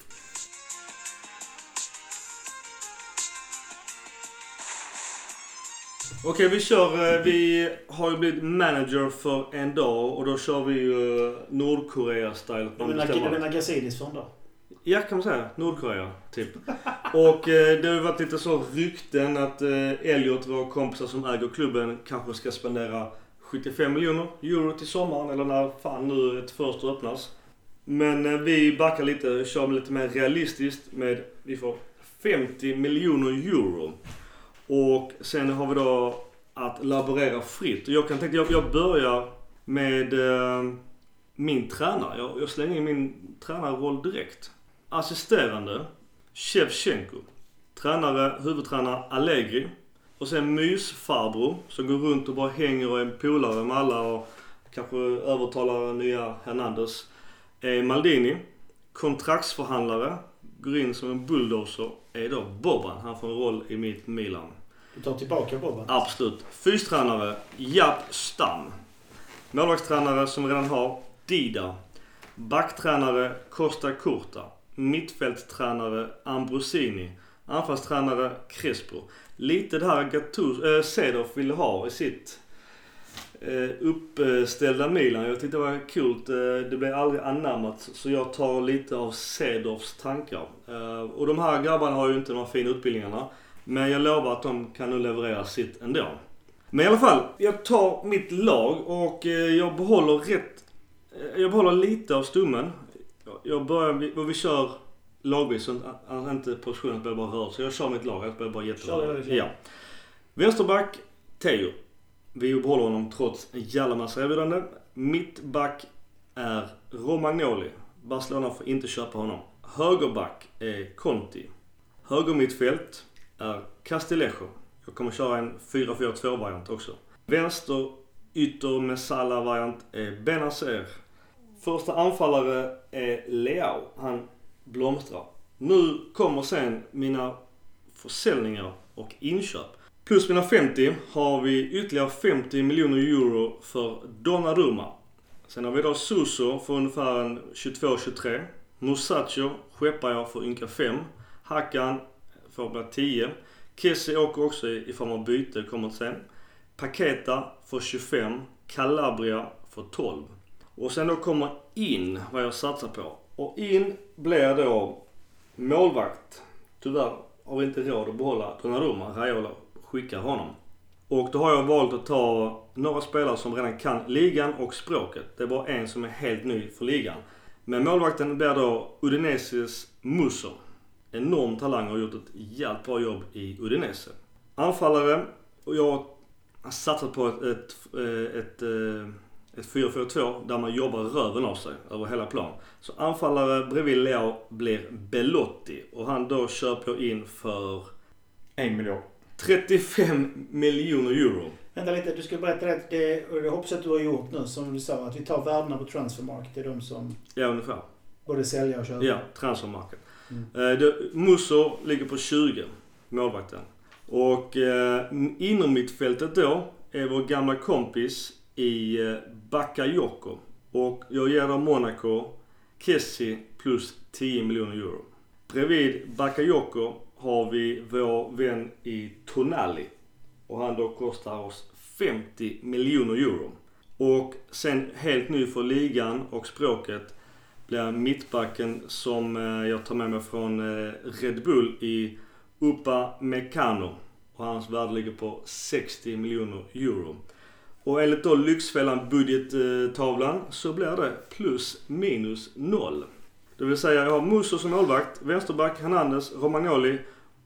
Okej, vi har ju blivit manager för en dag och då kör vi ju Nordkorea-style. Du menar Gazidis för en dag? Ja, kan man säga. Nordkorea, typ. Och det har ju varit lite så rykten att Elliot, våra kompisar som äger klubben, kanske ska spendera 75 miljoner euro till sommaren eller när fan nu ett första öppnas. Men vi backar lite, kör lite mer realistiskt med, vi får 50 miljoner euro. Och sen har vi då att laborera fritt. Och jag kan tänka, jag börjar med min tränare. Jag slänger in min tränarroll direkt. Assisterande Shevchenko. Tränare, huvudtränare Allegri. Och sen mysfarbror som går runt och bara hänger och är en polare med alla och kanske övertalar nya Hernandez. Maldini. Kontraktsförhandlare. Går in som en bulldozer. Är då Boban. Han får en roll i mitt Milan. Du tar tillbaka Boban? Absolut. Fystränare Jaap Stam. Målvaktstränare som redan har Dida. Backtränare Costa Curta. Mittfältstränare Ambrosini. Anfallstränare Crespo. Lite det här Seedorf ville ha i sitt uppställda Milan. Jag tyckte det var kul. Det blev aldrig anammat. Så jag tar lite av Seedorfs tankar. Och de här grabbarna har ju inte de här fina utbildningarna. Men jag lovar att de kan nu leverera sitt ändå. Men i alla fall, jag tar mitt lag och jag behåller lite av stummen. Jag börjar, och vi kör lagvis så inte positionen blir bara rörd. Så jag kör mitt lag, jag blir bara jättebra. Ja. Vänsterback, Theo. Vi behåller honom trots en jävla massa erbjudande. Mittback är Romagnoli. Barcelona får inte köpa honom. Högerback är Conti. Högermittfält är Castillejo. Jag kommer köra en 4-4-2-variant också. Vänster ytter med Salah-variant är Benacer. Första anfallare är Leao. Han blomstrar. Nu kommer sen mina försäljningar och inköp. Plus mina 50 har vi ytterligare 50 miljoner euro för Donnarumma. Sen har vi då Suso för ungefär 22-23. Musacho skeppar jag för ynka 5. Hakan får bli 10. Kessie åker också i form av byte, kommer sen. Paketa för 25. Calabria för 12. Och sen då kommer in vad jag satsar på. Och in blir då målvakt. Tyvärr har vi inte råd att behålla Donnarumma. Raiola skickar honom. Och då har jag valt att ta några spelare som redan kan ligan och språket. Det är bara en som är helt ny för ligan. Men målvakten blir då Udineses Musso. Enorm talang och har gjort ett jävligt bra jobb i Udinese. Anfallare, och jag har satsat på ett 4-4-2 där man jobbar röven av sig över hela plan. Så anfallare bredvid Leo blir Belotti och han då köper jag in för 1 miljard. 35 miljoner euro. Vänta lite, du ska berätta det. Jag hoppas att du har gjort nu som du sa, att vi tar värdena på Transfermarkt. Det är de som Ja, ungefär. både säljer och köper. Ja, Transfermarket. Musso ligger på 20, målvakten. Och inom mittfältet då är vår gamla kompis i Bakayoko. Och jag ger dem Monaco Kessie plus 10 miljoner euro. Bredvid Bakayoko har vi vår vän i Tonali. Och han då kostar oss 50 miljoner euro. Och sen helt ny för ligan och språket blir mittbacken som jag tar med mig från Red Bull i Upamecano. Och hans värde ligger på 60 miljoner euro. Och enligt då Lyxfällan budgettavlan så blir det plus minus 0. Det vill säga jag har Musso som målvakt, vänsterback Hernandez, Romagnoli,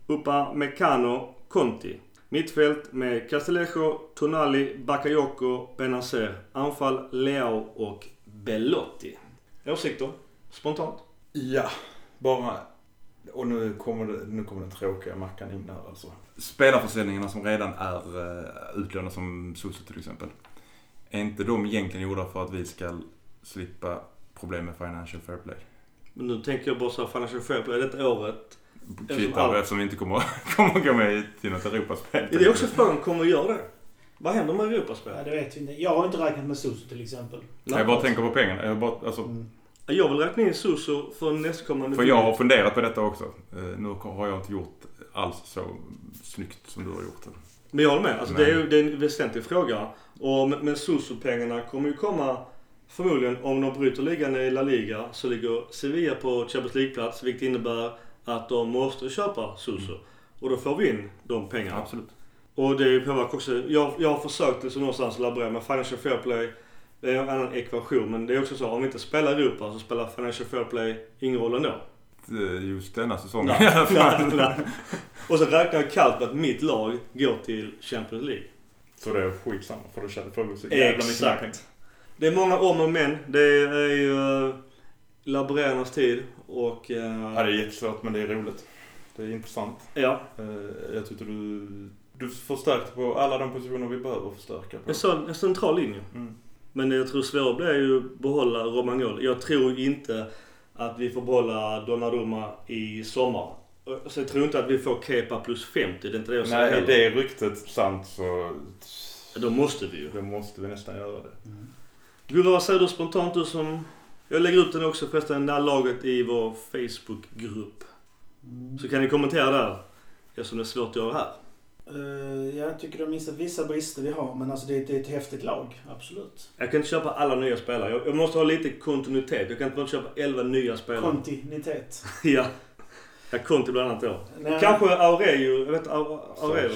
Upamecano, Conti. Mittfält med Castellejo, Tonali, Bakayoko, Benacer. Anfall Leo och Belotti. Åsikter? Spontant? Ja, bara... Och nu kommer den tråkiga mackan in där alltså. Spelarförsäljningarna som redan är utlånade som Suso till exempel. Är inte de egentligen gjorda för att vi ska slippa problem med Financial Fair Play? Men nu tänker jag bara så Financial Fair Play detta året. Kvittar eftersom vi inte kommer gå med till något Europaspel. Det är också frågan, kommer vi göra det? Vad händer med Europaspel? Ja, det vet vi inte. Jag har inte räknat med Suso till exempel. Jag bara tänker på pengarna. Jag vill räkna in Suso för nästkommande... För jag har funderat på detta också. Nu har jag inte gjort alls så snyggt som du har gjort. Men jag håller med. Alltså, det är en väsentlig fråga. Och men Suso-pengarna kommer ju komma förmodligen om de bryter ligan i La Liga så ligger Sevilla på Champions League-plats, vilket innebär att de måste köpa Suso. Och då får vi in de pengarna. Absolut. Och det är ju påverkar också... Jag har försökt liksom någonstans laborera med Financial Fair Play. Det är en annan ekvation, men det är också så om vi inte spelar i Europa så spelar Financial Fair Play ingen roll ändå. Just denna säsongen. Nej. Och så räknar jag kallt på att mitt lag går till Champions League. Så det är skitsamma för det får så jävla mycket pengar. Det är många om och men. Det är ju laborerarnas tid och... Ja, det är jättesvårt men det är roligt. Det är intressant. Ja. Jag tycker du förstärkte på alla de positioner vi behöver förstärka på. En central linje. Men jag tror svårare blir ju behålla Romagnoli. Jag tror inte att vi får behålla Donnarumma i sommar. Så jag tror inte att vi får Kepa plus 50. Det är inte det jag säger heller. Nej, det är ryktet sant så... Då måste vi ju. Då måste vi nästan göra det. Gullar, vad säger du spontant du som... Jag lägger upp den också förresten, det här laget i vår Facebook-grupp. Så kan ni kommentera där. Eftersom det är svårt att göra här. Jag tycker de missar vissa brister vi har, men alltså det är ett häftigt lag, absolut. Jag kan inte köpa alla nya spelare. Jag måste ha lite kontinuitet. Jag kan inte bara köpa 11 nya spelare. Kontinuitet. Ja. Conti bland annat då. Nej. Kanske Aurelio. Jag vet Aurelio.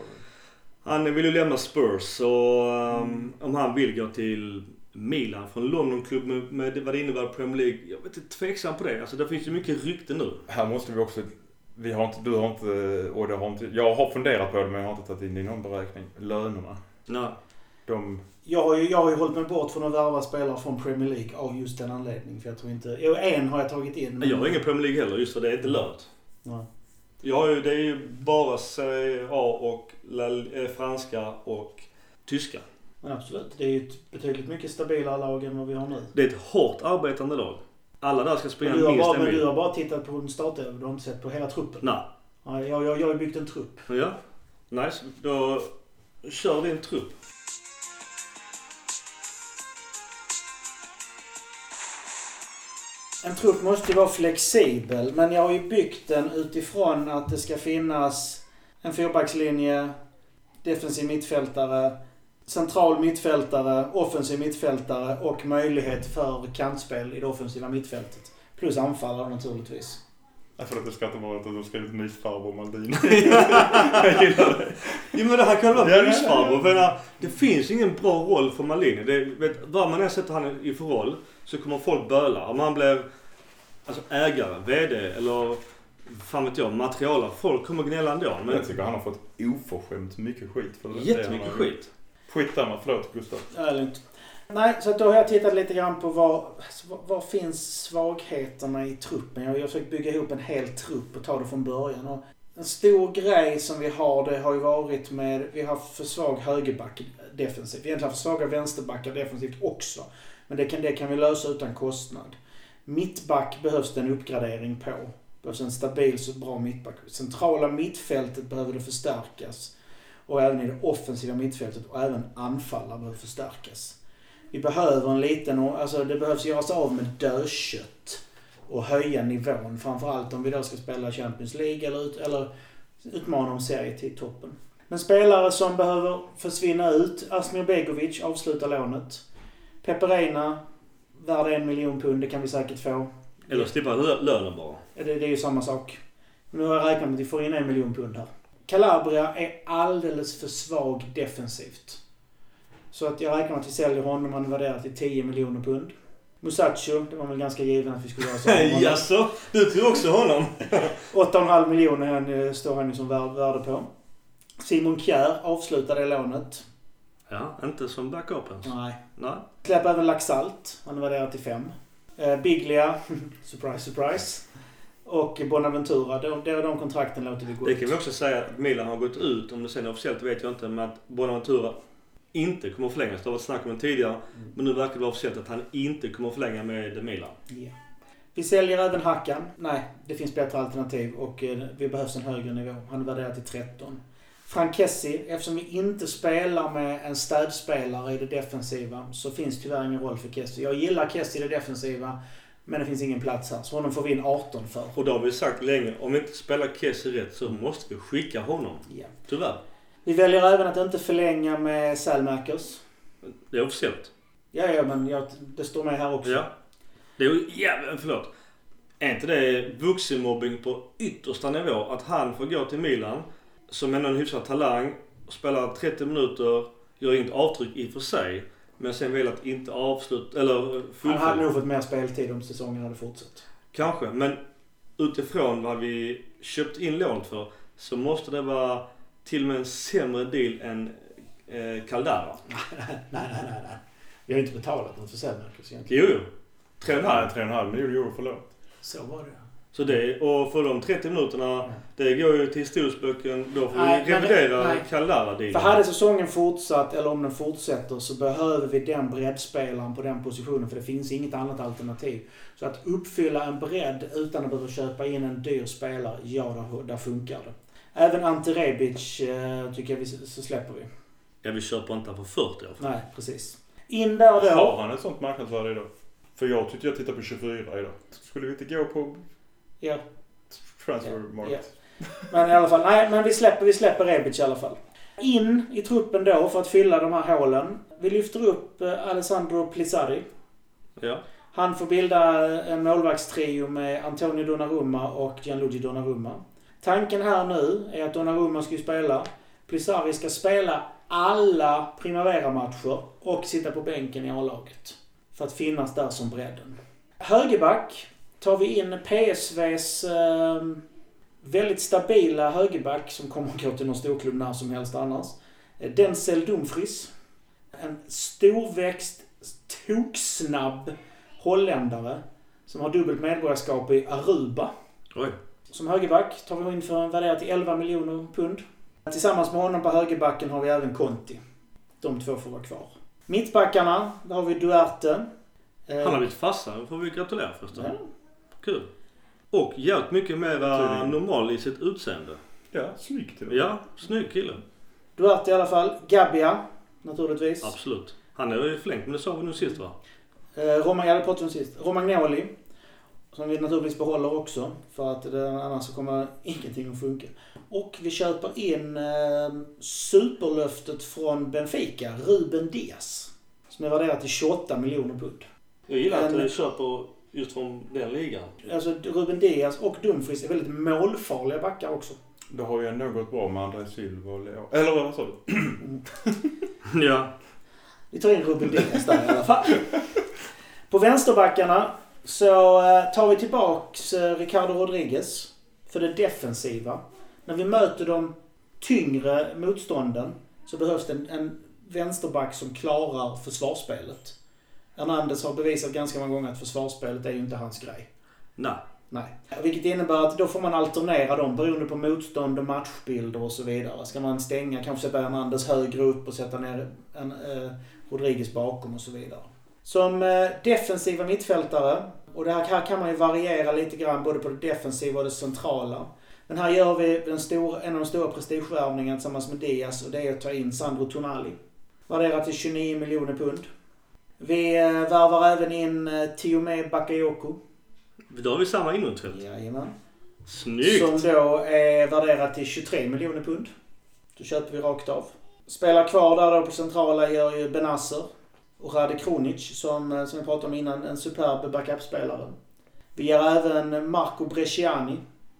Han vill ju lämna Spurs och om han vill gå till Milan från Londonklubb med vad det innebär Premier League. Jag vet inte, tveksam på det. Alltså det finns ju mycket rykte nu. Här måste vi också... Jag har funderat på det men jag har inte tagit in i någon beräkning. Lönerna. Nej. Jag har ju hållit mig bort från att värva spelare från Premier League av just den anledningen. För jag tror inte... En har jag tagit in. Men... Jag har ingen Premier League heller just för det är inte lönt. Nej. Det är ju bara Serie A och franska och tyska. Men absolut, det är ju ett betydligt mycket stabilare lag än vad vi har nu. Det är ett hårt arbetande lag. Alla där ska springa minst en mil. Du har bara tittat på en startelva, du har inte sett på hela truppen. Nej. Jag har byggt en trupp. Ja, nice. Då kör vi en trupp. En trupp måste vara flexibel, men jag har ju byggt den utifrån att det ska finnas en fyrbackslinje, defensiv mittfältare, central mittfältare, offensiv mittfältare och möjlighet för kantspel i det offensiva mittfältet. Plus anfallare naturligtvis. Jag får inte skratta bara att de skrivit mysfarbror Maldini. Jag gillar det. Jo men det här kan vara mysfarbror. Det finns ingen bra roll för Maldini. Vad man än sätter han i för roll så kommer folk böla. Om man blir ägare, vd eller fan vet jag, material. Folk kommer gnälla ändå. Men jag tycker han har fått oförskämt mycket skit för det. Jättemycket skit. Skit där, förlåt Gustav. Ärligt. Nej, så då har jag tittat lite grann på var finns svagheterna i truppen. Jag har försökt bygga ihop en hel trupp och ta det från början. Och en stor grej som vi har, det har ju varit med, vi har för svag högerback defensivt. Vi egentligen har för svaga vänsterbackar defensivt också. Men det kan vi lösa utan kostnad. Mittback behövs det en uppgradering på. Det behövs en stabil så bra mittback. Centrala mittfältet behöver det förstärkas. Och även i det offensiva mittfältet och även anfallare behöver förstärkas. Vi behöver en liten, det behövs göras av med dödkött och höja nivån. Framförallt om vi då ska spela Champions League eller utmana om serie till toppen. Men spelare som behöver försvinna ut, Asmir Begovic avslutar lånet. Pepe Reina, värd 1 miljon pund, det kan vi säkert få. Eller slippa lönen bara. Det är ju samma sak. Nu har jag räknat med att vi får in 1 miljon pund här. Calabria är alldeles för svag defensivt. Så att jag räknar med att vi säljer honom, han värderar till 10 miljoner pund. Musacho, det var väl ganska given att vi skulle göra så. Jaså, du tror också honom. 8,5 miljoner står han ju som värde på. Simon Kjær avslutade lånet. Ja, inte som backup ens. Nej. Släpp även Laxalt, han värderar till 5. Biglia, surprise. Och Bonaventura, de kontrakten låter vi gå ut. Det kan vi också säga att Milan har gått ut, om det sen officiellt vet jag inte, men att Bonaventura inte kommer att förlängas. Det har varit snack om det tidigare, men nu verkar det vara officiellt att han inte kommer att förlänga med Milan. Yeah. Vi säljer även Hakan. Nej, det finns bättre alternativ och vi behövs en högre nivå. Han är värderad till 13. Frank Kessie, eftersom vi inte spelar med en stödspelare i det defensiva så finns tyvärr ingen roll för Kessie. Jag gillar Kessie i det defensiva, men det finns ingen plats här. Så honom får vi in 18 för. Och då har vi sagt länge, om vi inte spelar Kessie rätt så måste vi skicka honom. Yeah. Tyvärr. Vi väljer även att inte förlänga med Salmakers. Det är officiellt. Ja, men det står med här också. Ja. Det är förlåt. Är inte det vuxenmobbing på yttersta nivå att han får gå till Milan som är en hyfsad talang och spelar 30 minuter, gör inget avtryck i för sig, men sen vill att inte avsluta eller fullfölja. Han hade nog fått mer speltid om säsongen hade fortsatt. Kanske, men utifrån vad vi köpt in lånt för så måste det vara till och med en sämre deal än Caldara. Nej. Vi har inte betalat något för Salmakers egentligen. Jo. 3,5 miljoner euro för lån. Så var det. Så det, och för de 30 minuterna, det går ju till historisböcken, då får vi revidera Caldara-dealen. För hade säsongen fortsatt, eller om den fortsätter, så behöver vi den breddspelaren på den positionen, för det finns inget annat alternativ. Så att uppfylla en bredd utan att behöva köpa in en dyr spelare, där funkar det. Även Ante Rebic tycker jag så släpper vi. Ja, vi köper inte för 40 år. Nej, precis. In där då. Har han ett sånt marknadsvärde idag? För jag tyckte jag tittar på 24 idag. Skulle vi inte gå på transfermarket? Ja. Men i alla fall, nej, men vi släpper Rebic i alla fall. In i truppen då för att fylla de här hålen. Vi lyfter upp Alessandro Plizzari. Ja. Han får bilda en målvaktstrio med Antonio Donnarumma och Gianluigi Donnarumma. Tanken här nu är att Donnarumma ska spela. Plizzari ska spela alla Primavera-matcher och sitta på bänken i A-laget. För att finnas där som bredden. Högerback tar vi in PSVs väldigt stabila högerback som kommer att gå till någon storklubb när som helst annars. Denzel Dumfries. En storväxt, toksnabb holländare som har dubbelt medborgarskap i Aruba. Oj. Som högerback tar vi in för en värderat till 11 miljoner pund. Tillsammans med honom på högerbacken har vi även Conti. De två får vara kvar. Mittbackarna, där har vi Duarte. Han har blivit fasta, får vi gratulera först. Ja. Kul. Och jävligt mycket mer normal i sitt utseende. Ja, snygg till det. Ja, snygg kille. Duarte i alla fall. Gabbia, naturligtvis. Absolut. Han är ju förlängt, men det sa vi nu sist va? Romagnoli. Som vi naturligtvis behåller också. För att annars så kommer ingenting att funka. Och vi köper in superlöftet från Benfica, Ruben Dias. Som är värderat till 28 miljoner pund. Jag gillar att du köper just från den ligan. Alltså Ruben Diaz och Dumfries är väldigt målfarliga backar också. Det har ju ändå gått bra med André Silva och Leo. Eller vad sa du? Ja. Vi tar in Ruben Diaz där i alla fall. På vänsterbackarna så tar vi tillbaks Ricardo Rodriguez för det defensiva. När vi möter de tyngre motstånden så behövs det en vänsterback som klarar försvarsspelet. Hernandez har bevisat ganska många gånger att försvarsspelet är ju inte hans grej. Nej. Vilket innebär att då får man alternera dem beroende på motstånd och matchbilder och så vidare. Ska man stänga, kanske sätta Hernandez högre upp och sätta ner Rodriguez bakom och så vidare. Som defensiva mittfältare, och det här kan man ju variera lite grann både på det defensiva och det centrala. Men här gör vi en av de stora prestigevärvningarna tillsammans med Diaz, och det är att ta in Sandro Tonali. Värderat till 29 miljoner pund. Vi värvar även in Tiomé Bakayoko. Då har vi samma inåtfält. Jajamän. Snyggt! Som då är värderat till 23 miljoner pund. Då köper vi rakt av. Spelar kvar där då på centrala gör ju Benasser och Rade Kronic som jag pratade om innan, en superb backup-spelare. Vi ger även Marco Bresciani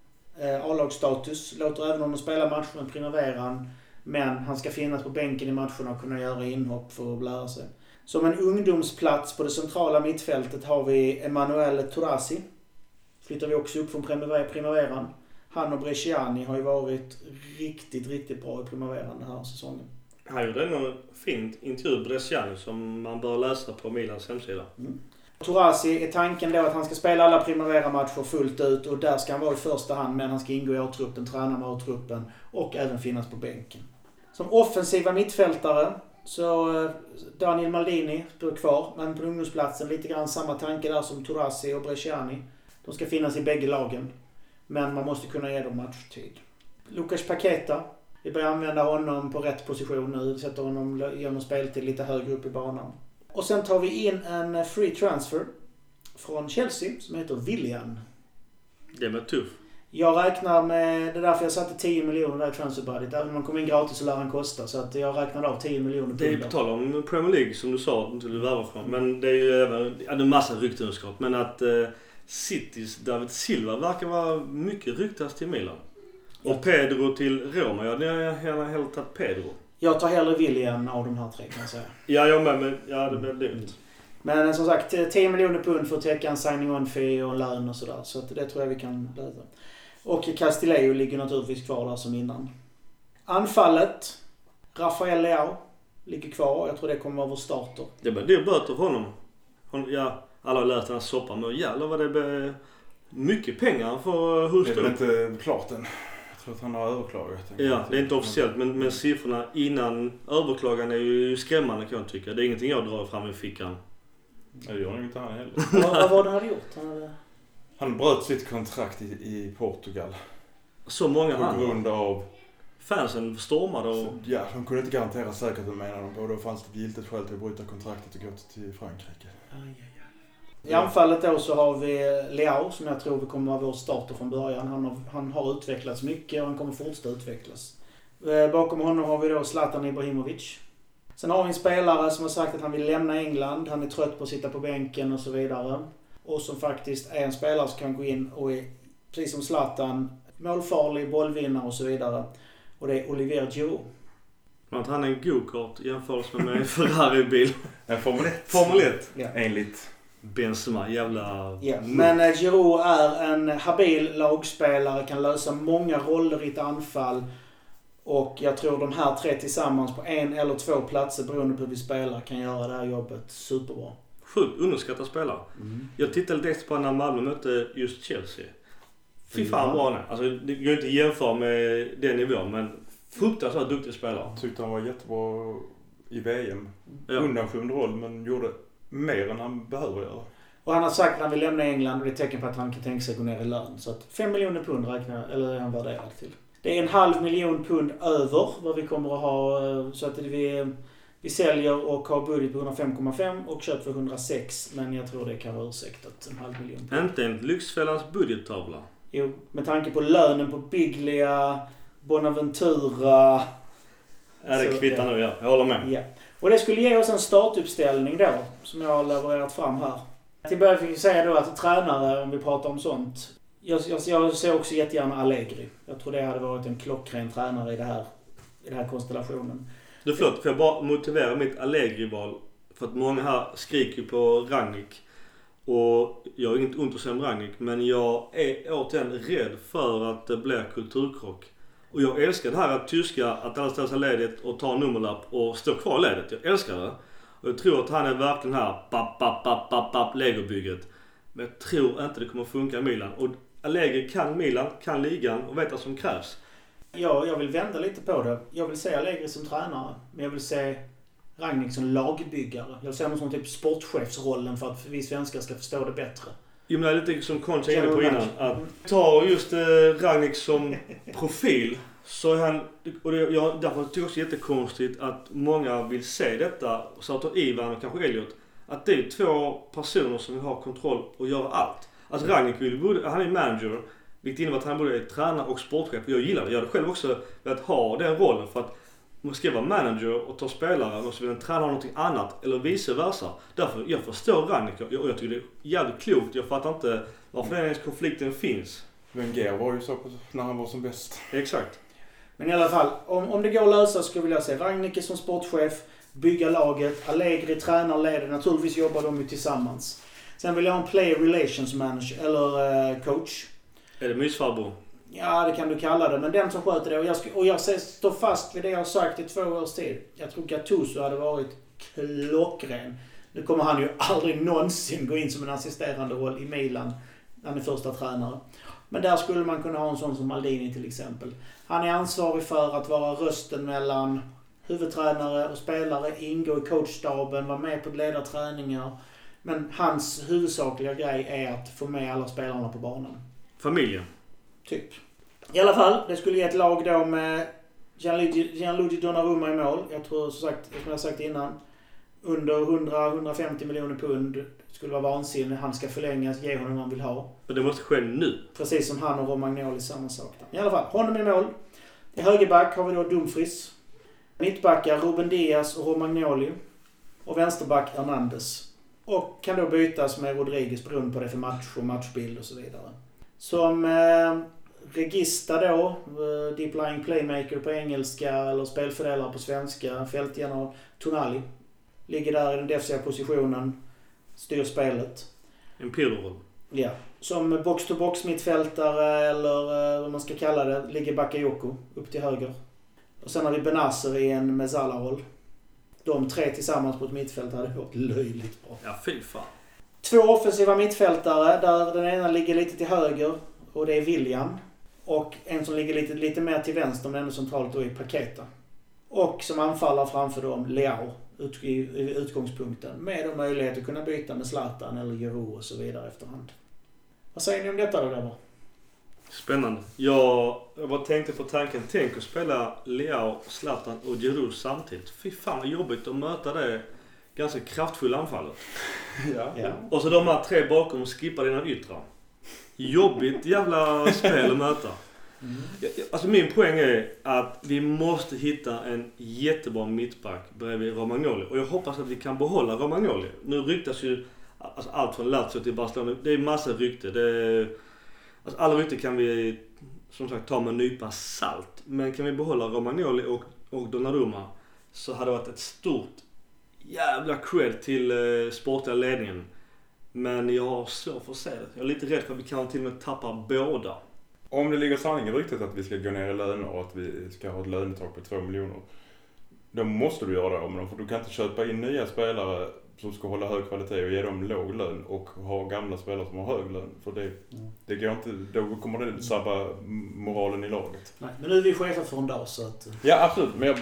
A-lagsstatus. Låter även honom spela matcher med Primaveran, men han ska finnas på bänken i matcherna och kunna göra inhopp för att lära sig. Som en ungdomsplats på det centrala mittfältet har vi Emanuele Turasi. Flyttar vi också upp från Primaveran. Han och Bresciani har ju varit riktigt bra i Primaveran den här säsongen. Han gjorde en fint intervju Bresciani som man bör läsa på Milans hemsida. Turasi är tanken då att han ska spela alla Primavera-matcher fullt ut, och där ska han vara i första hand, men han ska ingå i A-truppen, träna med A-truppen och även finnas på bänken. Som offensiva mittfältare så Daniel Maldini står kvar, men på ungdomsplatsen lite grann samma tanke där som Turasi och Bresciani. De ska finnas i bägge lagen, men man måste kunna ge dem matchtid. Lucas Paqueta, vi börjar använda honom på rätt position nu, sätter honom genom speltid lite högre upp i banan. Och sen tar vi in en free transfer från Chelsea som heter Willian. Det var tuff. Jag räknar med, det är därför jag satte 10 miljoner där i transferbudget. Även om man kommer in gratis så lär han kosta. Så att jag räknar av 10 miljoner. Det är på tal om Premier League som du sa, inte du värvar från. Men det är ju även en massa ryktenskap. Men att Citys David Silva verkar vara mycket ryktas till Milan. Och Pedro till Roma. Jag hade gärna hellre tagit Pedro. Jag tar hellre Willian av de här tre kan jag säga. Ja, jag med. Men ja, det blir dumt. Men som sagt, 10 miljoner pund för att täcka en signing on fee och en lön och sådär. Så att det tror jag vi kan lösa. Och Castillejo ligger naturligtvis kvar där som innan. Anfallet. Rafael Leao ligger kvar. Jag tror det kommer vara vår starter. Det blir böter för honom. Ja, alla har lärt han soppa. Men jävlar vad det blir mycket pengar för hustru. Det är inte klart än. Jag tror att han har överklagat. Ja, det är inte officiellt. Men siffrorna innan överklagan är ju skrämmande kan jag tycka. Det är ingenting jag drar fram i fickan. Nej, det gör nog inte han heller. Vad var det han hade gjort? Han bröt sitt kontrakt i Portugal. Så många på grund av fansen stormade och... Ja, de kunde inte garantera säkerheten menar de. Och då fanns det giltigt skäl till att bryta kontraktet och gå till Frankrike. I anfallet då så har vi Leao som jag tror vi kommer vara vår starter från början. Han har utvecklats mycket och han kommer fortsätta utvecklas. Bakom honom har vi då Zlatan Ibrahimovic. Sen har vi en spelare som har sagt att han vill lämna England. Han är trött på att sitta på bänken och så vidare. Och som faktiskt är en spelare som kan gå in och är, precis som Zlatan, målfarlig, bollvinnare och så vidare. Och det är Olivier Giroud. Att han är en go-kart jämfört med en Ferrari-bil. En Formel 1. Formel 1. Ja. Enligt Benzema, jävla... Ja. Men Giroud är en habil lagspelare, kan lösa många roller i ett anfall. Och jag tror de här tre tillsammans på en eller två platser beroende på hur vi spelar kan göra det här jobbet superbra. Sjukt underskattad spelare. Jag tittade lite extra på när Malmö mötte just Chelsea. Fy fan bra nu. Alltså det går inte att jämföra med den nivån, men fruktansvärt duktig spelare. Jag tyckte han var jättebra i VM. Ja. Undanskymd roll, men gjorde mer än han behöver göra. Och han har sagt att han vill lämna England och det är tecken på att han kan tänka sig gå ner i lön. Så att 5 miljoner pund är han värderad till. Det är 500 000 pund över vad vi kommer att ha. Så att vi säljer och har budget på 105,5 och köper för 106. Men jag tror det kan vara ursäktat. 500 000 pund. Inte en Lyxfällans budgettavla. Jo, med tanke på lönen på Biglia, Bonaventura. Ja, det kvittar nu, ja. Jag håller med. Ja. Och det skulle ge oss en startuppställning då, som jag har levererat fram här. Till början fick jag säga då att tränare, om vi pratar om sånt. Jag ser också jättegärna Allegri. Jag tror det hade varit en klockren tränare i den här konstellationen. Förlåt, får jag bara motivera mitt Allegri-val? För att många här skriker på Rangnick. Och jag är inte ont att säga om Rangnick, men jag är återigen rädd för att det blir kulturkrock. Och jag älskar det här att alla ställer sig ledigt och tar nummerlapp och står kvar i ledet. Jag älskar det. Och jag tror att han är verkligen här legobygget. Men jag tror inte det kommer funka i Milan. Och Allegri kan Milan, kan ligan och vet vad som krävs. Ja, jag vill vända lite på det. Jag vill se Allegri som tränare, men jag vill se Rangnick som lagbyggare. Jag ser honom som typ sportchefsrollen för att vi svenskar ska förstå det bättre. Jo, men det är lite som Conte inne på innan. Att ta just Rangnick som profil. Så han, och därför tycker jag också jättekonstigt att många vill se detta. Så att Ivan och kanske Elliot. Att det är 2 personer som vill ha kontroll och göra allt. Alltså Rangnick han är manager. Vilket innebär att han både är tränare och sportchef. Jag gillar det. Jag hade själv också velat ha den rollen. För att man ska vara manager och ta spelare. Och så vill en tränare ha någonting annat. Eller vice versa. Därför jag förstår Rangnick. Och jag tycker det är jävligt klokt. Jag fattar inte varför den konflikten finns. Wenger var ju så när han var som bäst. Exakt. Men i alla fall, om det går att lösa skulle jag vilja se Rangnick som sportchef. Bygga laget. Allegri tränar leder. Naturligtvis jobbar de ju tillsammans. Sen vill jag ha en player relations manager. Eller coach. Är det mysfarbror? Ja, det kan du kalla det. Men den som sköter det. Och jag står fast vid det jag har sagt i 2 års tid. Jag tror Gattuso hade varit klockren. Nu kommer han ju aldrig någonsin gå in som en assisterande roll i Milan. Han är första tränare. Men där skulle man kunna ha en sån som Maldini till exempel. Han är ansvarig för att vara rösten mellan huvudtränare och spelare. Ingå i coachstaben, vara med på ledarträningar. Men hans huvudsakliga grej är att få med alla spelarna på banan. Familjen. Typ. I alla fall, det skulle ge ett lag då med Gianluigi Donnarumma i mål. Jag tror som jag sagt innan, under 100-150 miljoner pund skulle vara vansinnigt. Han ska förlängas, ge honom vad han vill ha. Och det måste ske nu. Precis som han och Romagnoli samma sak. I alla fall, honom i mål. I högerback har vi då Dumfries. Mittbackar Ruben Diaz och Romagnoli. Och vänsterback Hernandez. Och kan då bytas med Rodriguez beroende på det för match och matchbild och så vidare. Som regista då, deep lying playmaker på engelska eller spelfördelare på svenska, fältgeneral Tonali. Ligger där i den defensiva positionen, styr spelet. En pillerroll. Ja, som box-to-box mittfältare eller vad man ska kalla det, ligger Bakayoko upp till höger. Och sen har vi Benazer i en Mezzala-roll. De 3 tillsammans på ett mittfält hade varit löjligt bra. Ja, fy fan. 2 offensiva mittfältare där den ena ligger lite till höger och det är William. Och en som ligger lite mer till vänster men ändå centralt då är Paqueta. Och som anfaller framför dem Leao i utgångspunkten. Med då möjlighet att kunna byta med Zlatan eller Giroud och så vidare efterhand. Vad säger ni om detta då grabbar? Spännande. Jag bara tänkte på tanken. Tänk att spela Leao, Zlatan och Giroud samtidigt. Fy fan vad jobbigt att möta det ganska kraftfulla anfallet. Ja. Och så de här 3 bakom och skippar dina yttra. Jobbigt jävla spel att möta. Alltså min poäng är att vi måste hitta en jättebra mittback bredvid Romagnoli. Och jag hoppas att vi kan behålla Romagnoli. Nu ryktas ju alltså allt från Lazio till Barcelona. Det är massa rykte. Alltså alla rykte kan vi som sagt ta med en nypa salt. Men kan vi behålla Romagnoli och Donnarumma så hade det varit ett stort jävla cred till sportliga ledningen. Men jag har svårt för att se det. Jag är lite rädd för att vi kan till och med tappa båda. Om det ligger sanning i ryktet att vi ska gå ner i löner och att vi ska ha ett lönetak på 2 miljoner. Då måste du göra det om dem. För du kan inte köpa in nya spelare som ska hålla hög kvalitet och ge dem låg lön och ha gamla spelare som har hög lön. För det går inte, då kommer det sabba moralen i laget. Nej, men nu är vi chefer för en dag så att... Ja, absolut. Men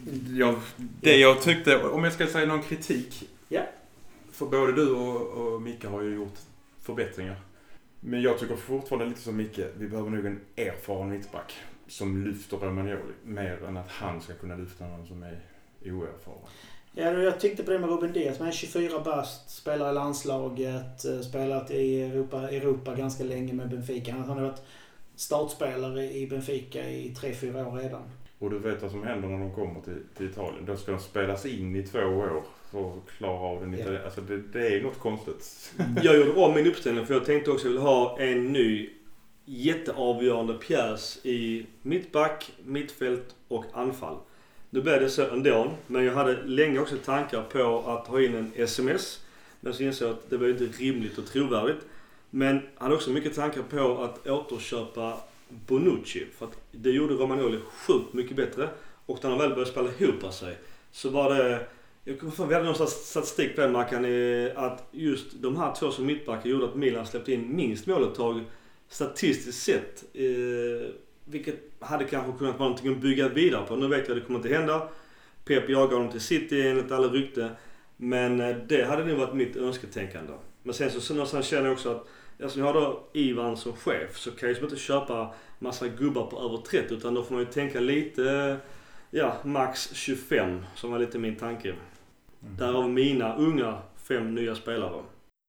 jag tyckte, om jag ska säga någon kritik. Ja. För både du och Micke har ju gjort förbättringar. Men jag tycker fortfarande lite som Micke, vi behöver nog en erfaren mittback som lyfter Romagnoli mer än att han ska kunna lyfta någon som är oerfaren. Ja, jag tyckte på det med Ruben Diaz. Han är 24 bast, spelar i landslaget, spelat i Europa ganska länge med Benfica. Han har varit startspelare i Benfica i 3-4 år redan. Och du vet vad som händer när de kommer till Italien. Då ska de spelas in i 2 år för att klara av en Italien. Alltså det är något konstigt. Jag gjorde om min uppställning för jag tänkte också att jag vill ha en ny jätteavgörande pjäs i mittback, mittfält och anfall. Nu blev det så ändå, men jag hade länge också tankar på att ha in en SMS. Men så insåg jag att det var inte rimligt och trovärdigt. Men jag hade också mycket tankar på att återköpa Bonucci. För att det gjorde Romagnoli sjukt mycket bättre. Och när han väl började spela ihop sig så var det... Jag kommer få väldigt någon statistik på den marken att just de här 2 som mittbackar gjorde att Milan släppte in minst måluttag statistiskt sett. Vilket hade kanske kunnat vara någonting att bygga vidare på. Nu vet jag att det kommer inte hända. Pep jagar dem till City enligt alla rykte. Men det hade nog varit mitt önsketänkande. Men sen så någonstans känner jag också att eftersom jag har då Ivan som chef så kan jag ju inte köpa massa gubbar på över 30 utan då får man ju tänka lite, max 25 som var lite min tanke. Därav mina unga 5 nya spelare.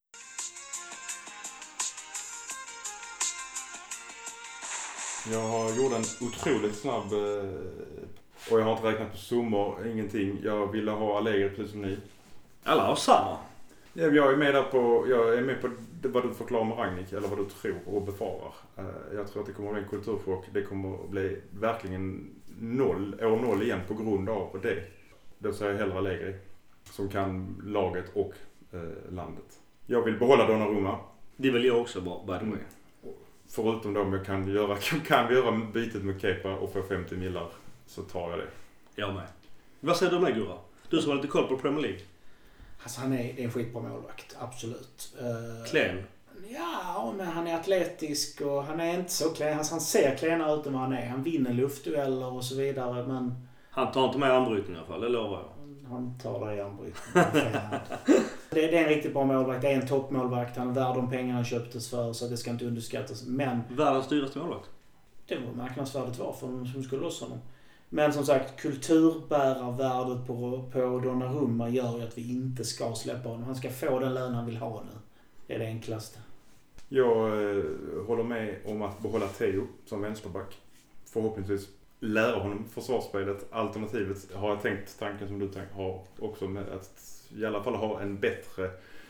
Jag gjorde en otroligt snabb och jag har inte räknat på summor, ingenting. Jag ville ha Allegri precis som ni. Alla har samma. Jag är med på vad du förklarar med Rangnick eller vad du tror och befarar. Jag tror att det kommer att bli en kulturchock. Det kommer att bli verkligen år 0 igen på grund av det. Då säger jag hellre Allegri som kan laget och landet. Jag vill behålla Donnarumma. Det vill jag också by the way. Förutom om jag kan vi göra bytet med Kepa och få 50 millar så tar jag det. Jag med. Vad säger du med Gurra? Du som har lite koll på Premier League. Alltså han är en skitbra målvakt, absolut. Klen? Ja, men han är atletisk och han är inte så klen. Alltså, han ser klenare ut än vad han är. Han vinner luftdueller och så vidare, men... Han tar inte med anbrytning i alla fall, det lovar jag. Han tar det i anbrytning. Det är en riktigt bra målvakt. Det är en toppmålvakt. Han är värd de pengarna han köptes för, så det ska inte underskattas. Men... Världens dyraste målvakt? Det var marknadsvärdet var för de som skulle lossa honom. Men som sagt, kulturbärarvärdet på Donnarumma gör ju att vi inte ska släppa honom. Han ska få den lön han vill ha nu. Det är det enklaste. Jag håller med om att behålla Theo som vänsterback. Förhoppningsvis lära honom försvarsspelet. Alternativet har jag tänkt tanken som du har också med att i alla fall ha en bättre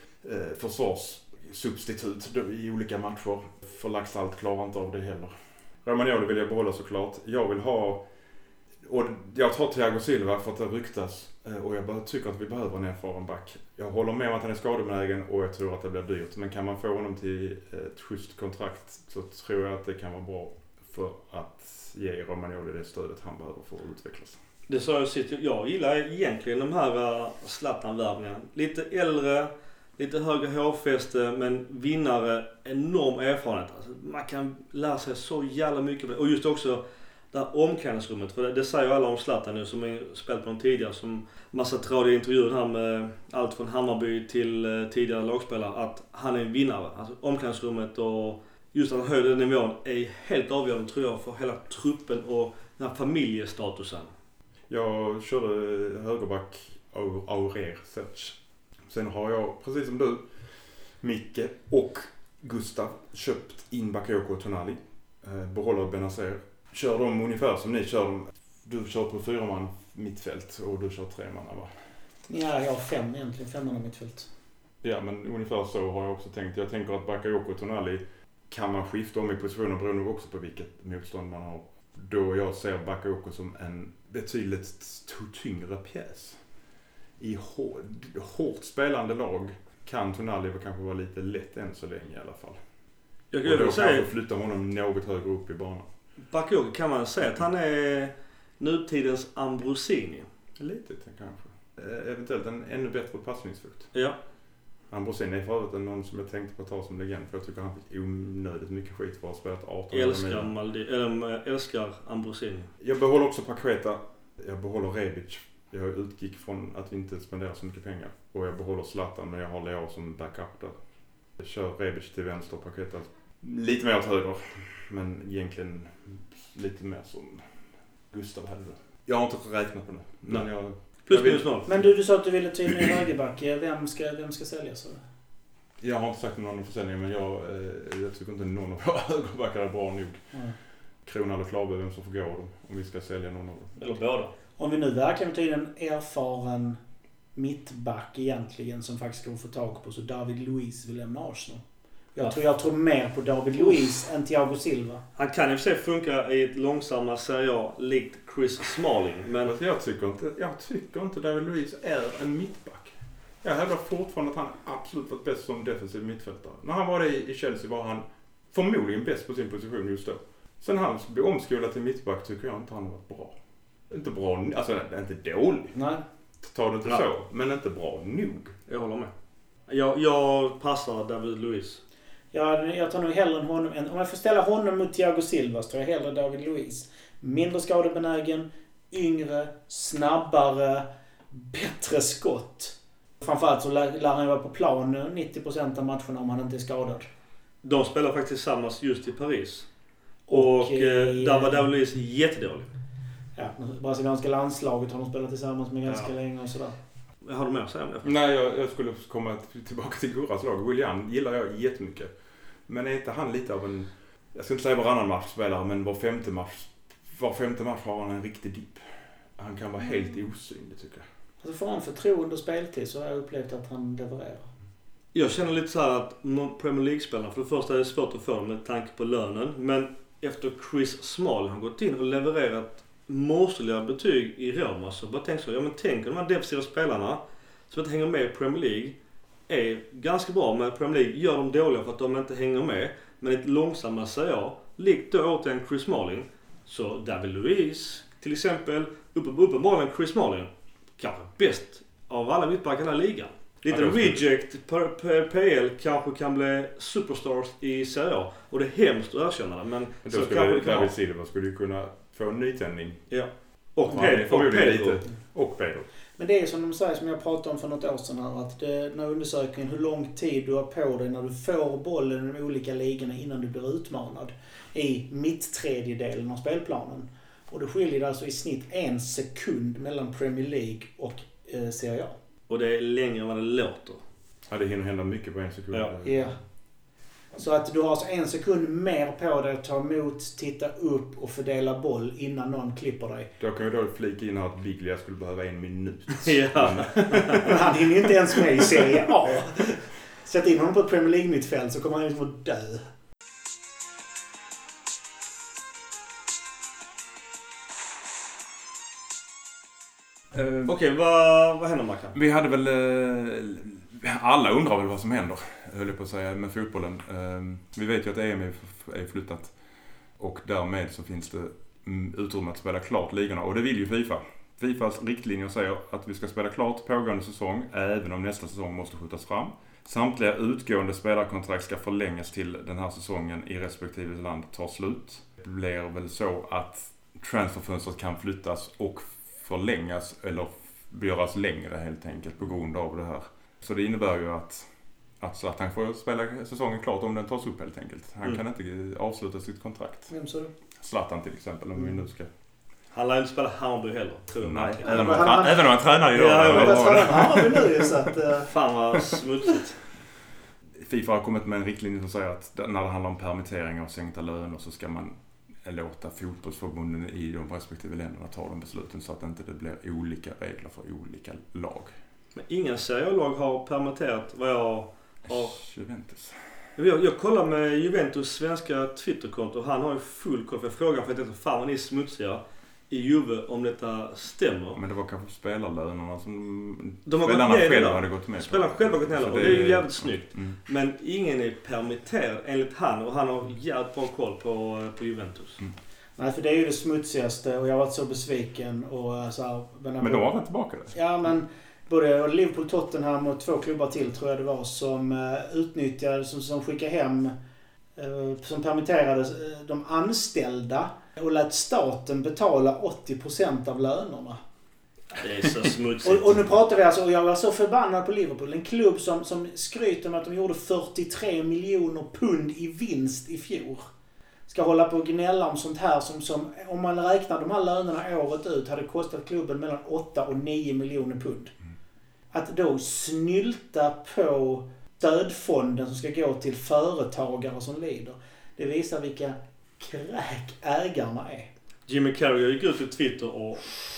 försvarssubstitut i olika matcher. För Laxalt klarar inte av det heller. Romagnoli vill jag behålla såklart. Jag vill ha... Och jag tar Thiago Silva för att det ryktas och jag tycker att vi behöver en erfaren back. Jag håller med om att han är skadebenägen och jag tror att det blir dyrt. Men kan man få honom till ett schysst kontrakt så tror jag att det kan vara bra för att ge Romagnoli det stödet han behöver för att utvecklas. Det sa jag sitt. Jag gillar egentligen de här Zlatan-värvningarna. Lite äldre, lite högre hårfäste men vinnare, enorm erfarenhet. Alltså, man kan lära sig så jävla mycket. Och just också det här omklädningsrummet. För det säger alla om Zlatan nu som är spelat på dem tidigare. Som massa tradiga intervjuer här med allt från Hammarby till tidigare lagspelare. Att han är en vinnare. Alltså omklädningsrummet och just den höjda nivån är helt avgörande tror jag för hela truppen och den här familjestatusen. Jag körde högerback Aurier Setch. Sen har jag, precis som du, Micke och Gustav köpt in Bakayoko och Tonali. Behåller Benazer. Kör de ungefär som ni kör. Du kör på 4-man mittfält och du kör 3-man, va? Ja, jag har 5 egentligen. 5-man mittfält. Ja, men ungefär så har jag också tänkt. Jag tänker att Bakayoko och Tonali kan man skifta om i positionen beroende också på vilket motstånd man har. Då jag ser Bakayoko som en betydligt tyngre pjäs. I hårt spelande lag kan Tonali kanske vara lite lätt än så länge i alla fall. Jag och då kanske flytta honom något högre upp i banan. Bakayoko kan man säga att han är nutidens Ambrosini. Lite kanske. Eventuellt en ännu bättre passningsfukt. Ja. Ambrosini är för övrigt någon som jag tänkte på att ta som legend. För jag tycker han fick onödigt mycket skit för att ha spelat 18 år. Älskar Ambrosini. Jag behåller också Paqueta. Jag behåller Rebic. Jag utgick från att vi inte spenderar så mycket pengar. Och jag behåller Zlatan men jag har Leo som backup där. Jag kör Rebic till vänster och Paqueta lite mer åt höger. Men egentligen lite mer som Gustav hade det. Jag har inte räknat på det. Men jag plus noll. Men du sa att du ville ta in en högerback. Vem ska säljas? Jag har inte sagt någon försäljning men jag tycker inte någon av våra högerbackar är bra nog. krona eller klave vem som får gå dem om vi ska sälja någon av dem. Eller båda. Om vi nu verkligen tar in en erfaren mittback egentligen som faktiskt går att få tag på, så David Luiz vill lämna Arsenal. Jag tror mer på David Luiz än Thiago Silva. Han kan i och för sig funka i ett långsammare Serie A likt Chris Smalling. Men jag tycker inte David Luiz är en mittback. Jag hävdar fortfarande att han absolut varit bäst som defensiv mittfältare. När han var det i Chelsea var han förmodligen bäst på sin position just då. Sen han blev omskolad till mittback tycker jag inte han har varit bra. Inte bra, alltså inte dålig. Nej. Ta det inte så, men inte bra nog. Jag håller med. Jag passar David Luiz. Jag tar nog hellre än honom. Om jag får ställa honom mot Thiago Silva så tar jag hellre David Luiz. Mindre skadebenägen, yngre, snabbare, bättre skott. Framförallt så lär han vara på plan 90% av matcherna om han inte är skadad. De spelar faktiskt tillsammans just i Paris. Och där var David Luiz jättedålig. Ja, brasilianska landslaget har de spelat tillsammans med ganska länge och sådär. Har du mer att säga om det? Nej, jag skulle komma tillbaka till Gurras lag. Willian gillar jag jättemycket. Men är inte han lite av en, jag ska inte säga varannan matchspelare, men var femte match har han en riktig dipp. Han kan vara helt osynlig tycker jag. Alltså får han förtroende och speltid så har jag upplevt att han levererar. Jag känner lite så här att Premier League-spelarna, för det första är det svårt att få dem med tanke på lönen. Men efter Chris Smalling har gått in och levererat måstliga betyg i Roma, så bara tänk så, tänk de här defensiva spelarna som inte hänger med i Premier League är ganska bra med Premier League, gör dem dåliga för att de inte hänger med, men ett långsammare säger jag, likt då återigen Chris Smalling, så David Luiz till exempel, uppenbarligen Chris Smalling kanske bäst av alla mittbackar i den här ligan. Lite reject PL kanske kan bli superstars i Serie A, och det är hemskt att erkänna det, men då så skulle David Silva skulle ju kunna få en nytändning. Ja. Och Pedro. Men det är som de säger, som jag pratade om för något år sedan här, att den här undersökningen, hur lång tid du har på dig när du får bollen i de olika ligorna innan du blir utmanad i mitt-tredjedelen av spelplanen. Och det skiljer alltså i snitt 1 sekund mellan Premier League och Serie A. Och det är längre än vad det låter. Ja, det hinner hända mycket på 1 sekund. Ja. Så att du har alltså 1 sekund mer på dig att ta emot, titta upp och fördela boll innan någon klipper dig. Då kan vi då flika in att Biglia skulle behöva 1 minut. Ja. Men han hinner inte ens med i Serie A. Sätt in honom på ett Premier League-mittfält så kommer han liksom att dö. Okej, vad händer Mackan? Vi hade väl alla undrar väl vad som händer, höll jag på att säga, med fotbollen. Vi vet ju att EM är flyttat och därmed så finns det utrymme att spela klart ligorna, och det vill ju FIFA. FIFAs riktlinjer säger att vi ska spela klart pågående säsong även om nästa säsong måste skjutas fram. Samtliga utgående spelarkontrakt ska förlängas till den här säsongen i respektive land tar slut. Det blir väl så att transferfönstret kan flyttas och förlängas eller göras längre helt enkelt på grund av det här. Så det innebär ju att Zlatan får spela säsongen klart om den tas upp helt enkelt. Han kan inte avsluta sitt kontrakt. Vem sa du? Zlatan till exempel, om vi nu ska... Han lär inte spela Hammarby heller, tror jag. Nej, även om han tränar idag. Ja, nu så att... Fan vad smutsigt. FIFA har kommit med en riktlinje som säger att när det handlar om permitteringar och sänkta löner så ska man låta fotbollsförbunden i de respektive länderna ta de besluten så att inte det blir olika regler för olika lag. Men ingen serielag har permitterat vad jag har... Juventus. Jag kollar med Juventus svenska Twitterkonto och han har ju full koll för frågan för att det fan vad ni är smutsiga i Juve om detta stämmer. Men det var kanske spelarlönerna som spelarna själva hade gått med. Spelarna själva gått ner och det är ju jävligt snyggt. Men ingen är permitterad enligt han och han har jävligt bra koll på Juventus. Nej, för det är ju det smutsigaste och jag har varit så besviken och så här, men då var han tillbaka där. Ja, men både Liverpool, Tottenham och 2 klubbar till tror jag det var som utnyttjade, som skickade hem, som permitterade de anställda och lät staten betala 80% av lönerna. Det är så smutsigt. och nu pratar vi alltså, och jag var så förbannad på Liverpool. En klubb som skryter med att de gjorde 43 miljoner pund i vinst i fjol. Ska hålla på och gnälla om sånt här som om man räknar de här lönerna året ut hade kostat klubben mellan 8 och 9 miljoner pund. Att då snylta på stödfonden som ska gå till företagare som lider. Det visar vilka kräkägarna är. Jimmy Carragher gick ut i Twitter och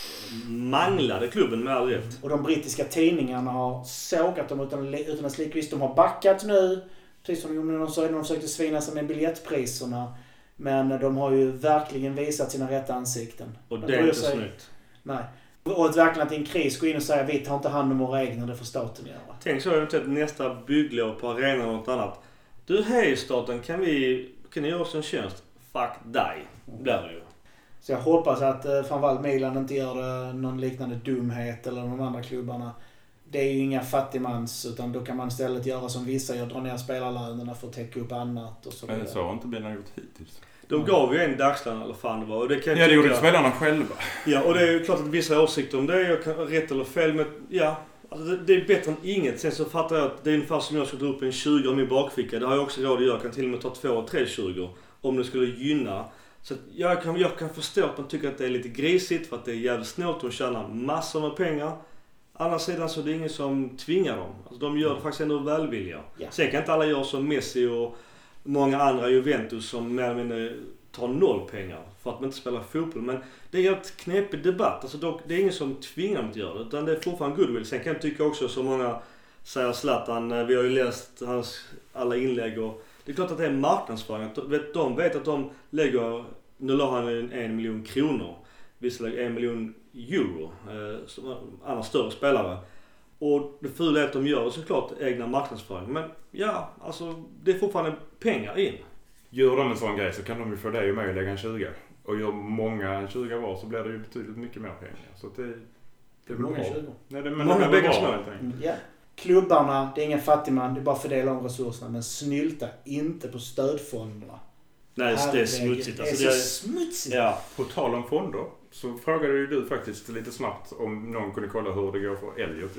manglade klubben med all rätt. Och de brittiska tidningarna har sågat dem utan att slikvis. De har backat nu. Precis som de försökte svina sig med biljettpriserna. Men de har ju verkligen visat sina rätta ansikten. Och det är inte snyggt. Nej. Och att verkligen att i en kris gå in och säga vi tar inte hand om våra egna, det får staten göra. Tänk så eventuellt nästa bygglov på arenan eller något annat. Du, hej staten, kan ni göra oss en tjänst? Fuck dig. Blir det ju. Så jag hoppas att framförallt Milan inte gör någon liknande dumhet eller de andra klubbarna. Det är ju inga fattigmans, utan då kan man istället göra som vissa gör, dra ner spelarlönerna för att täcka upp annat och så vidare. Men så har inte Milan gjort hittills. De gav ju en dagslön eller fan det var. Och det kan det gjorde spelarna själva. Ja, och det är ju klart att vissa åsikter om det. Jag kan rätt eller fel, men ja. Alltså det är bättre än inget. Sen så fattar jag att det är ungefär som jag skulle dra upp en 20 om min bakficka. Det har jag också råd att göra. Jag kan till och med ta 2 och 3 20 om det skulle gynna. Så jag kan förstå att man tycker att det är lite grisigt för att det är jävligt snålt att tjäna massor med pengar. Andra sidan så är det ingen som tvingar dem. Alltså de gör det faktiskt ändå välvilliga. Ja. Sen kan inte alla göra som Messi och många andra Juventus som mer eller mindre tar 0 pengar för att man inte spelar fotboll. Men det är ett knepig debatt. Alltså det är ingen som tvingar dem att göra det, utan det är fortfarande goodwill. Sen kan jag tycka också, så många säger Zlatan, vi har ju läst hans alla inlägg och det är klart att det är marknadsföring. De vet att de lägger, nu la han 1 miljon kronor, visserligen 1 miljon euro, som andra större spelare. Och det fula är att de gör såklart egna marknadsföring. Men ja, alltså det är fortfarande pengar in. Gör de en sån grej så kan de ju få dig och mig att lägga en 20. Och gör många en 20 var så blir det ju betydligt mycket mer pengar. Så det är många bra. 20. Nej, men många det är bägge bra, små. helt enkelt. Ja. Klubbarna, det är ingen fattigman, det är bara fördela om resurserna. Men snylta inte på stödfonderna. Nej, det är smutsigt. Alltså, det är så smutsigt. Ja. På tal om fonder så frågade ju du faktiskt lite snabbt om någon kunde kolla hur det går för Elliot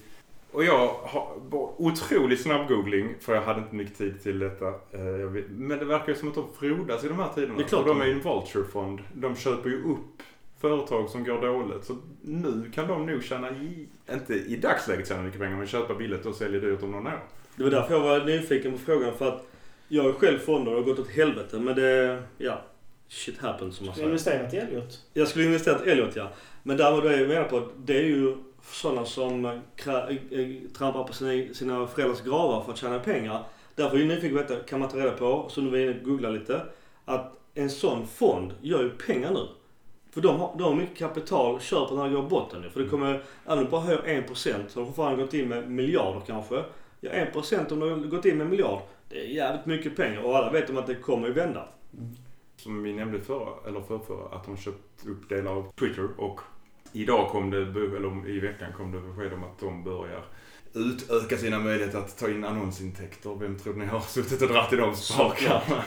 och jag har otroligt snabb googling för jag hade inte mycket tid till detta. Men det verkar ju som att de frodas i de här tiderna. Det är klart. Och de är ju en vulture-fond. De köper ju upp företag som går dåligt. Så nu kan de nog tjäna inte i dagsläget tjäna mycket pengar, men köpa billigt och sälja dyrt om någon år. Det var därför jag var nyfiken på frågan, för att jag är själv fonder och har gått åt helvete. Men det, ja, shit happens som man säger. Investerat i Elliot? Jag skulle investera i Elliot, ja. Men där var det jag menar på att det är ju sådana som trampar på sina föräldrars gravar för att tjäna pengar. Därför är jag nyfiken på detta, kan man ta reda på, så nu vill jag googla lite, att en sån fond gör ju pengar nu. För de har mycket kapital, köper när det går botten nu. För det kommer, även om du bara höjer 1%, så har de fortfarande gått in med miljarder kanske. Ja, 1% om de har gått in med miljard, det är jävligt mycket pengar. Och alla vet om att det kommer ju vända. Som vi nämnde förra, att de köpt upp delar av Twitter och idag kom det, eller i veckan kom det besked om att de börjar utöka sina möjligheter att ta in annonsintäkter. Vem tror ni har suttit och dratt i de spakarna?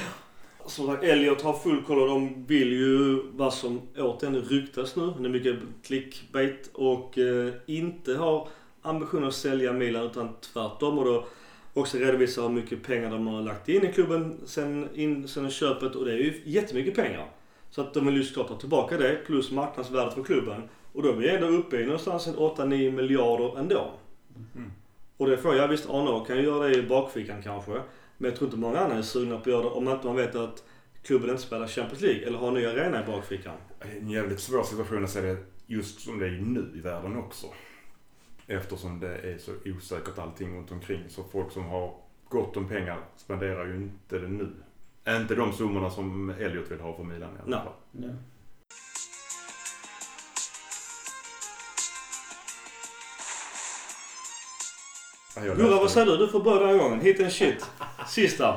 Så Elliot har full koll och de vill ju vad som återigen ryktas nu. Det är mycket clickbait och inte har ambition att sälja Milan utan tvärtom. Och då också redovisa hur mycket pengar de har lagt in i klubben sen köpet, och det är ju jättemycket pengar. Så att de vill ju såklart ta tillbaka det plus marknadsvärdet för klubben. Och då är vi ändå uppe i någonstans 8-9 miljarder ändå. Mm. Och det får jag visst, Arno kan göra det i bakfickan kanske. Men jag tror inte många andra är sugna på att göra det om inte man vet att klubben inte spelar Champions League eller har en ny arena i bakfickan. Det är en jävligt svår situation att se det just som det är nu i världen också. Eftersom det är så osäkert allting runt omkring. Så folk som har gott om pengar spenderar ju inte det nu. Inte de summorna som Elliot vill ha för Milan i alla fall. Nej. Gurra, vad säger du? Du får börja den här gången. Hit and shit. Sista.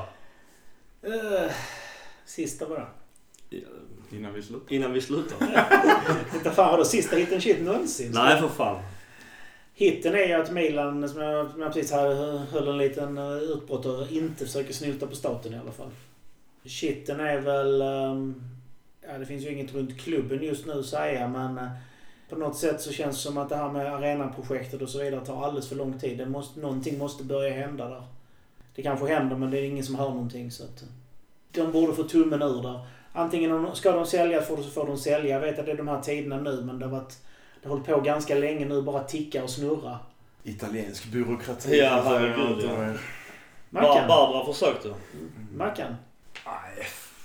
Sista bara. Innan vi slutar. Inte fan, har du sista hit and shit någonsin? Nej, för fan. Hitten är ju att Milan, som jag precis höll en liten utbrott och inte försöker snylta på staten i alla fall. Shitten är väl... det finns ju inget runt klubben just nu att säga, men på något sätt så känns det som att det här med arenaprojektet och så vidare tar alldeles för lång tid. Någonting måste börja hända där. Det kanske händer, men det är ingen som hör någonting, så att de borde få tummen ur där. Antingen ska de sälja så får de sälja. Jag vet att det är de här tiderna nu, men det har hållit på ganska länge nu, bara ticka och snurra. Italiensk byråkrati. Ja, herregud. Mackan. Barbara försökte. Mackan. Nej.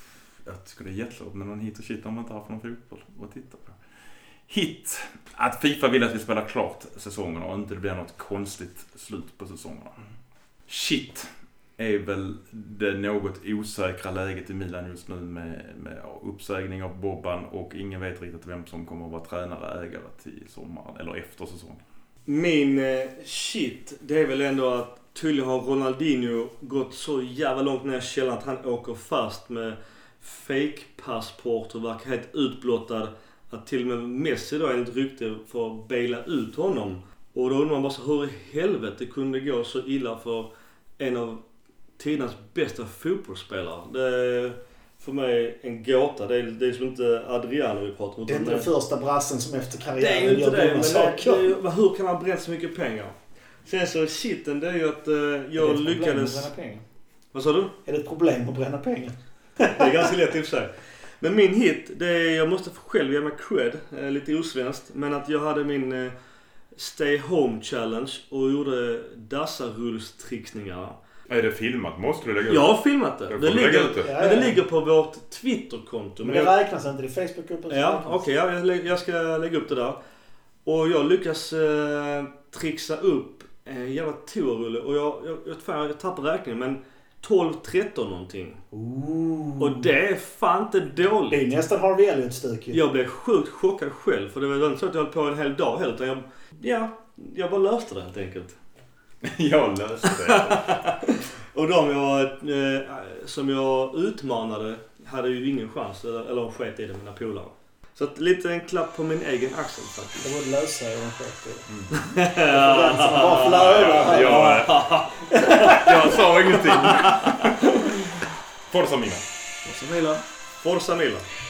Jag tycker det är jättelåt med någon hit och shit om man inte har för någon fotboll att titta på. Hit. Att FIFA vill att vi spelar klart säsongerna och inte det blir något konstigt slut på säsongerna. Shit är väl det något osäkra läget i Milan just nu med uppsägning av Boban och ingen vet riktigt vem som kommer att vara tränare, ägare till sommaren eller efter säsongen. Min shit, det är väl ändå att tydligen har Ronaldinho gått så jävla långt ner i källaren att han åker fast med fake-passport och verkar helt utblottad. Att till och med Messi då enligt rykte får baila ut honom. Och då undrar man bara så hur i helvete kunde det gå så illa för en av tidernas bästa fotbollsspelare. Det är för mig en gåta. Det är som inte Adriano vi pratar om. Det är inte den första brassen som efter karriären det är ju inte det, men saker. hur kan man bränna så mycket pengar? Sen så shiten, det är ju att jag lyckades... Vad sa du? Är det ett problem att bränna pengar? Det är ganska lätt i och för sig. Men min hit, det är, jag måste själv ge mig cred, lite osvenskt, men att jag hade min Stay Home Challenge och gjorde dassarrullstricksningar. Är det filmat? Måste du lägga ut? Jag har filmat det. Det ligger på vårt Twitterkonto. Men det räknas inte, det är Facebookgruppen. Ja, okej, jag ska lägga upp det där. Och jag lyckas trixa upp en jävla toarulle och jag tappar räkningen, men 12-13 någonting. Och det är fan inte dåligt. Det är nästan Harvey Elliot-stuk. Jag blev sjukt chockad själv, för det var inte så att jag höll på en hel dag heller, utan jag bara löste det helt enkelt. Jag löste det. Och som jag utmanade hade ju ingen chans, eller sket i det, mina polare. Så att lite en klapp på min egen axel faktiskt. Det var lösa och en sket i det. Bara flöda. Jag sa ingenting. Forza Milan. Forza Milan.